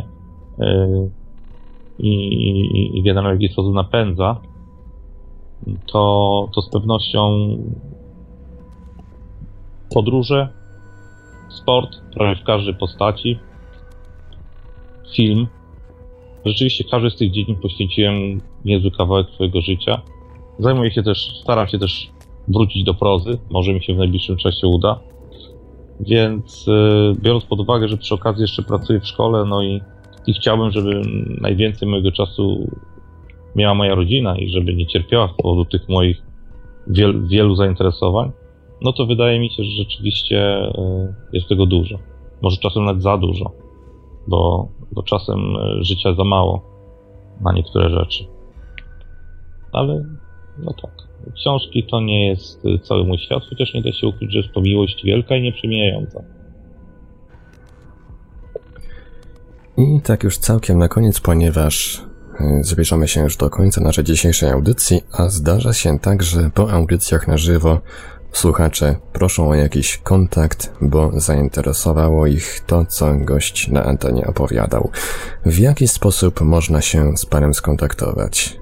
i, i, i wiadomo, w jaki sposób napędza, to, to z pewnością podróże, sport, prawie w każdej postaci, film. Rzeczywiście każdy z tych dziedzin poświęciłem niezły kawałek swojego życia. Zajmuję się też, staram się też wrócić do prozy, może mi się w najbliższym czasie uda. Więc yy, biorąc pod uwagę, że przy okazji jeszcze pracuję w szkole, no i i chciałbym, żeby najwięcej mojego czasu miała moja rodzina i żeby nie cierpiała z powodu tych moich wiel, wielu zainteresowań, no to wydaje mi się, że rzeczywiście jest tego dużo. Może czasem nawet za dużo, bo, bo czasem życia za mało na niektóre rzeczy. Ale no tak, książki to nie jest cały mój świat, chociaż nie da się ukryć, że jest to miłość wielka i nieprzemijająca. I tak już całkiem na koniec, ponieważ zbliżamy się już do końca naszej dzisiejszej audycji, a zdarza się tak, że po audycjach na żywo słuchacze proszą o jakiś kontakt, bo zainteresowało ich to, co gość na antenie opowiadał. W jaki sposób można się z panem skontaktować?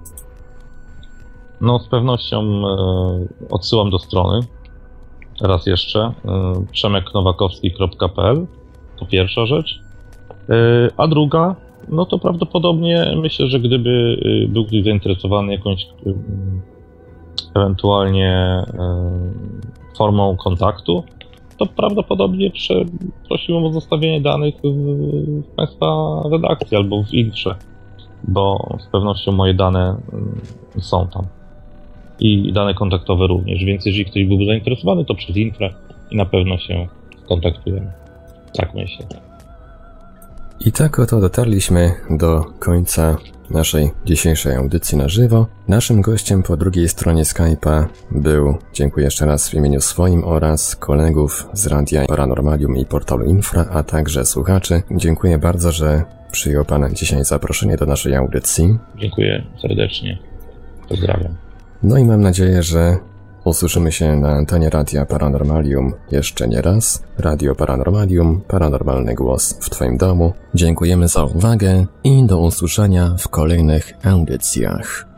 No z pewnością e, odsyłam do strony, raz jeszcze, e, przemek nowakowski kropka p l, to pierwsza rzecz. E, a druga, no to prawdopodobnie myślę, że gdyby był ktoś zainteresowany jakąś e, ewentualnie e, formą kontaktu, to prawdopodobnie prze, prosiłbym o zostawienie danych w, w Państwa redakcji albo w Infrze, bo z pewnością moje dane e, są tam. I dane kontaktowe również, więc jeżeli ktoś byłby zainteresowany, to przez Infrę i na pewno się skontaktujemy. Tak myślę. I tak oto dotarliśmy do końca naszej dzisiejszej audycji na żywo. Naszym gościem po drugiej stronie Skype'a był, dziękuję jeszcze raz w imieniu swoim oraz kolegów z Radia Paranormalium i portalu Infra, a także słuchaczy. Dziękuję bardzo, że przyjął Pan dzisiaj zaproszenie do naszej audycji. Dziękuję serdecznie. Pozdrawiam. No i mam nadzieję, że usłyszymy się na antenie Radia Paranormalium jeszcze nie raz. Radio Paranormalium, paranormalny głos w Twoim domu. Dziękujemy za uwagę i do usłyszenia w kolejnych audycjach.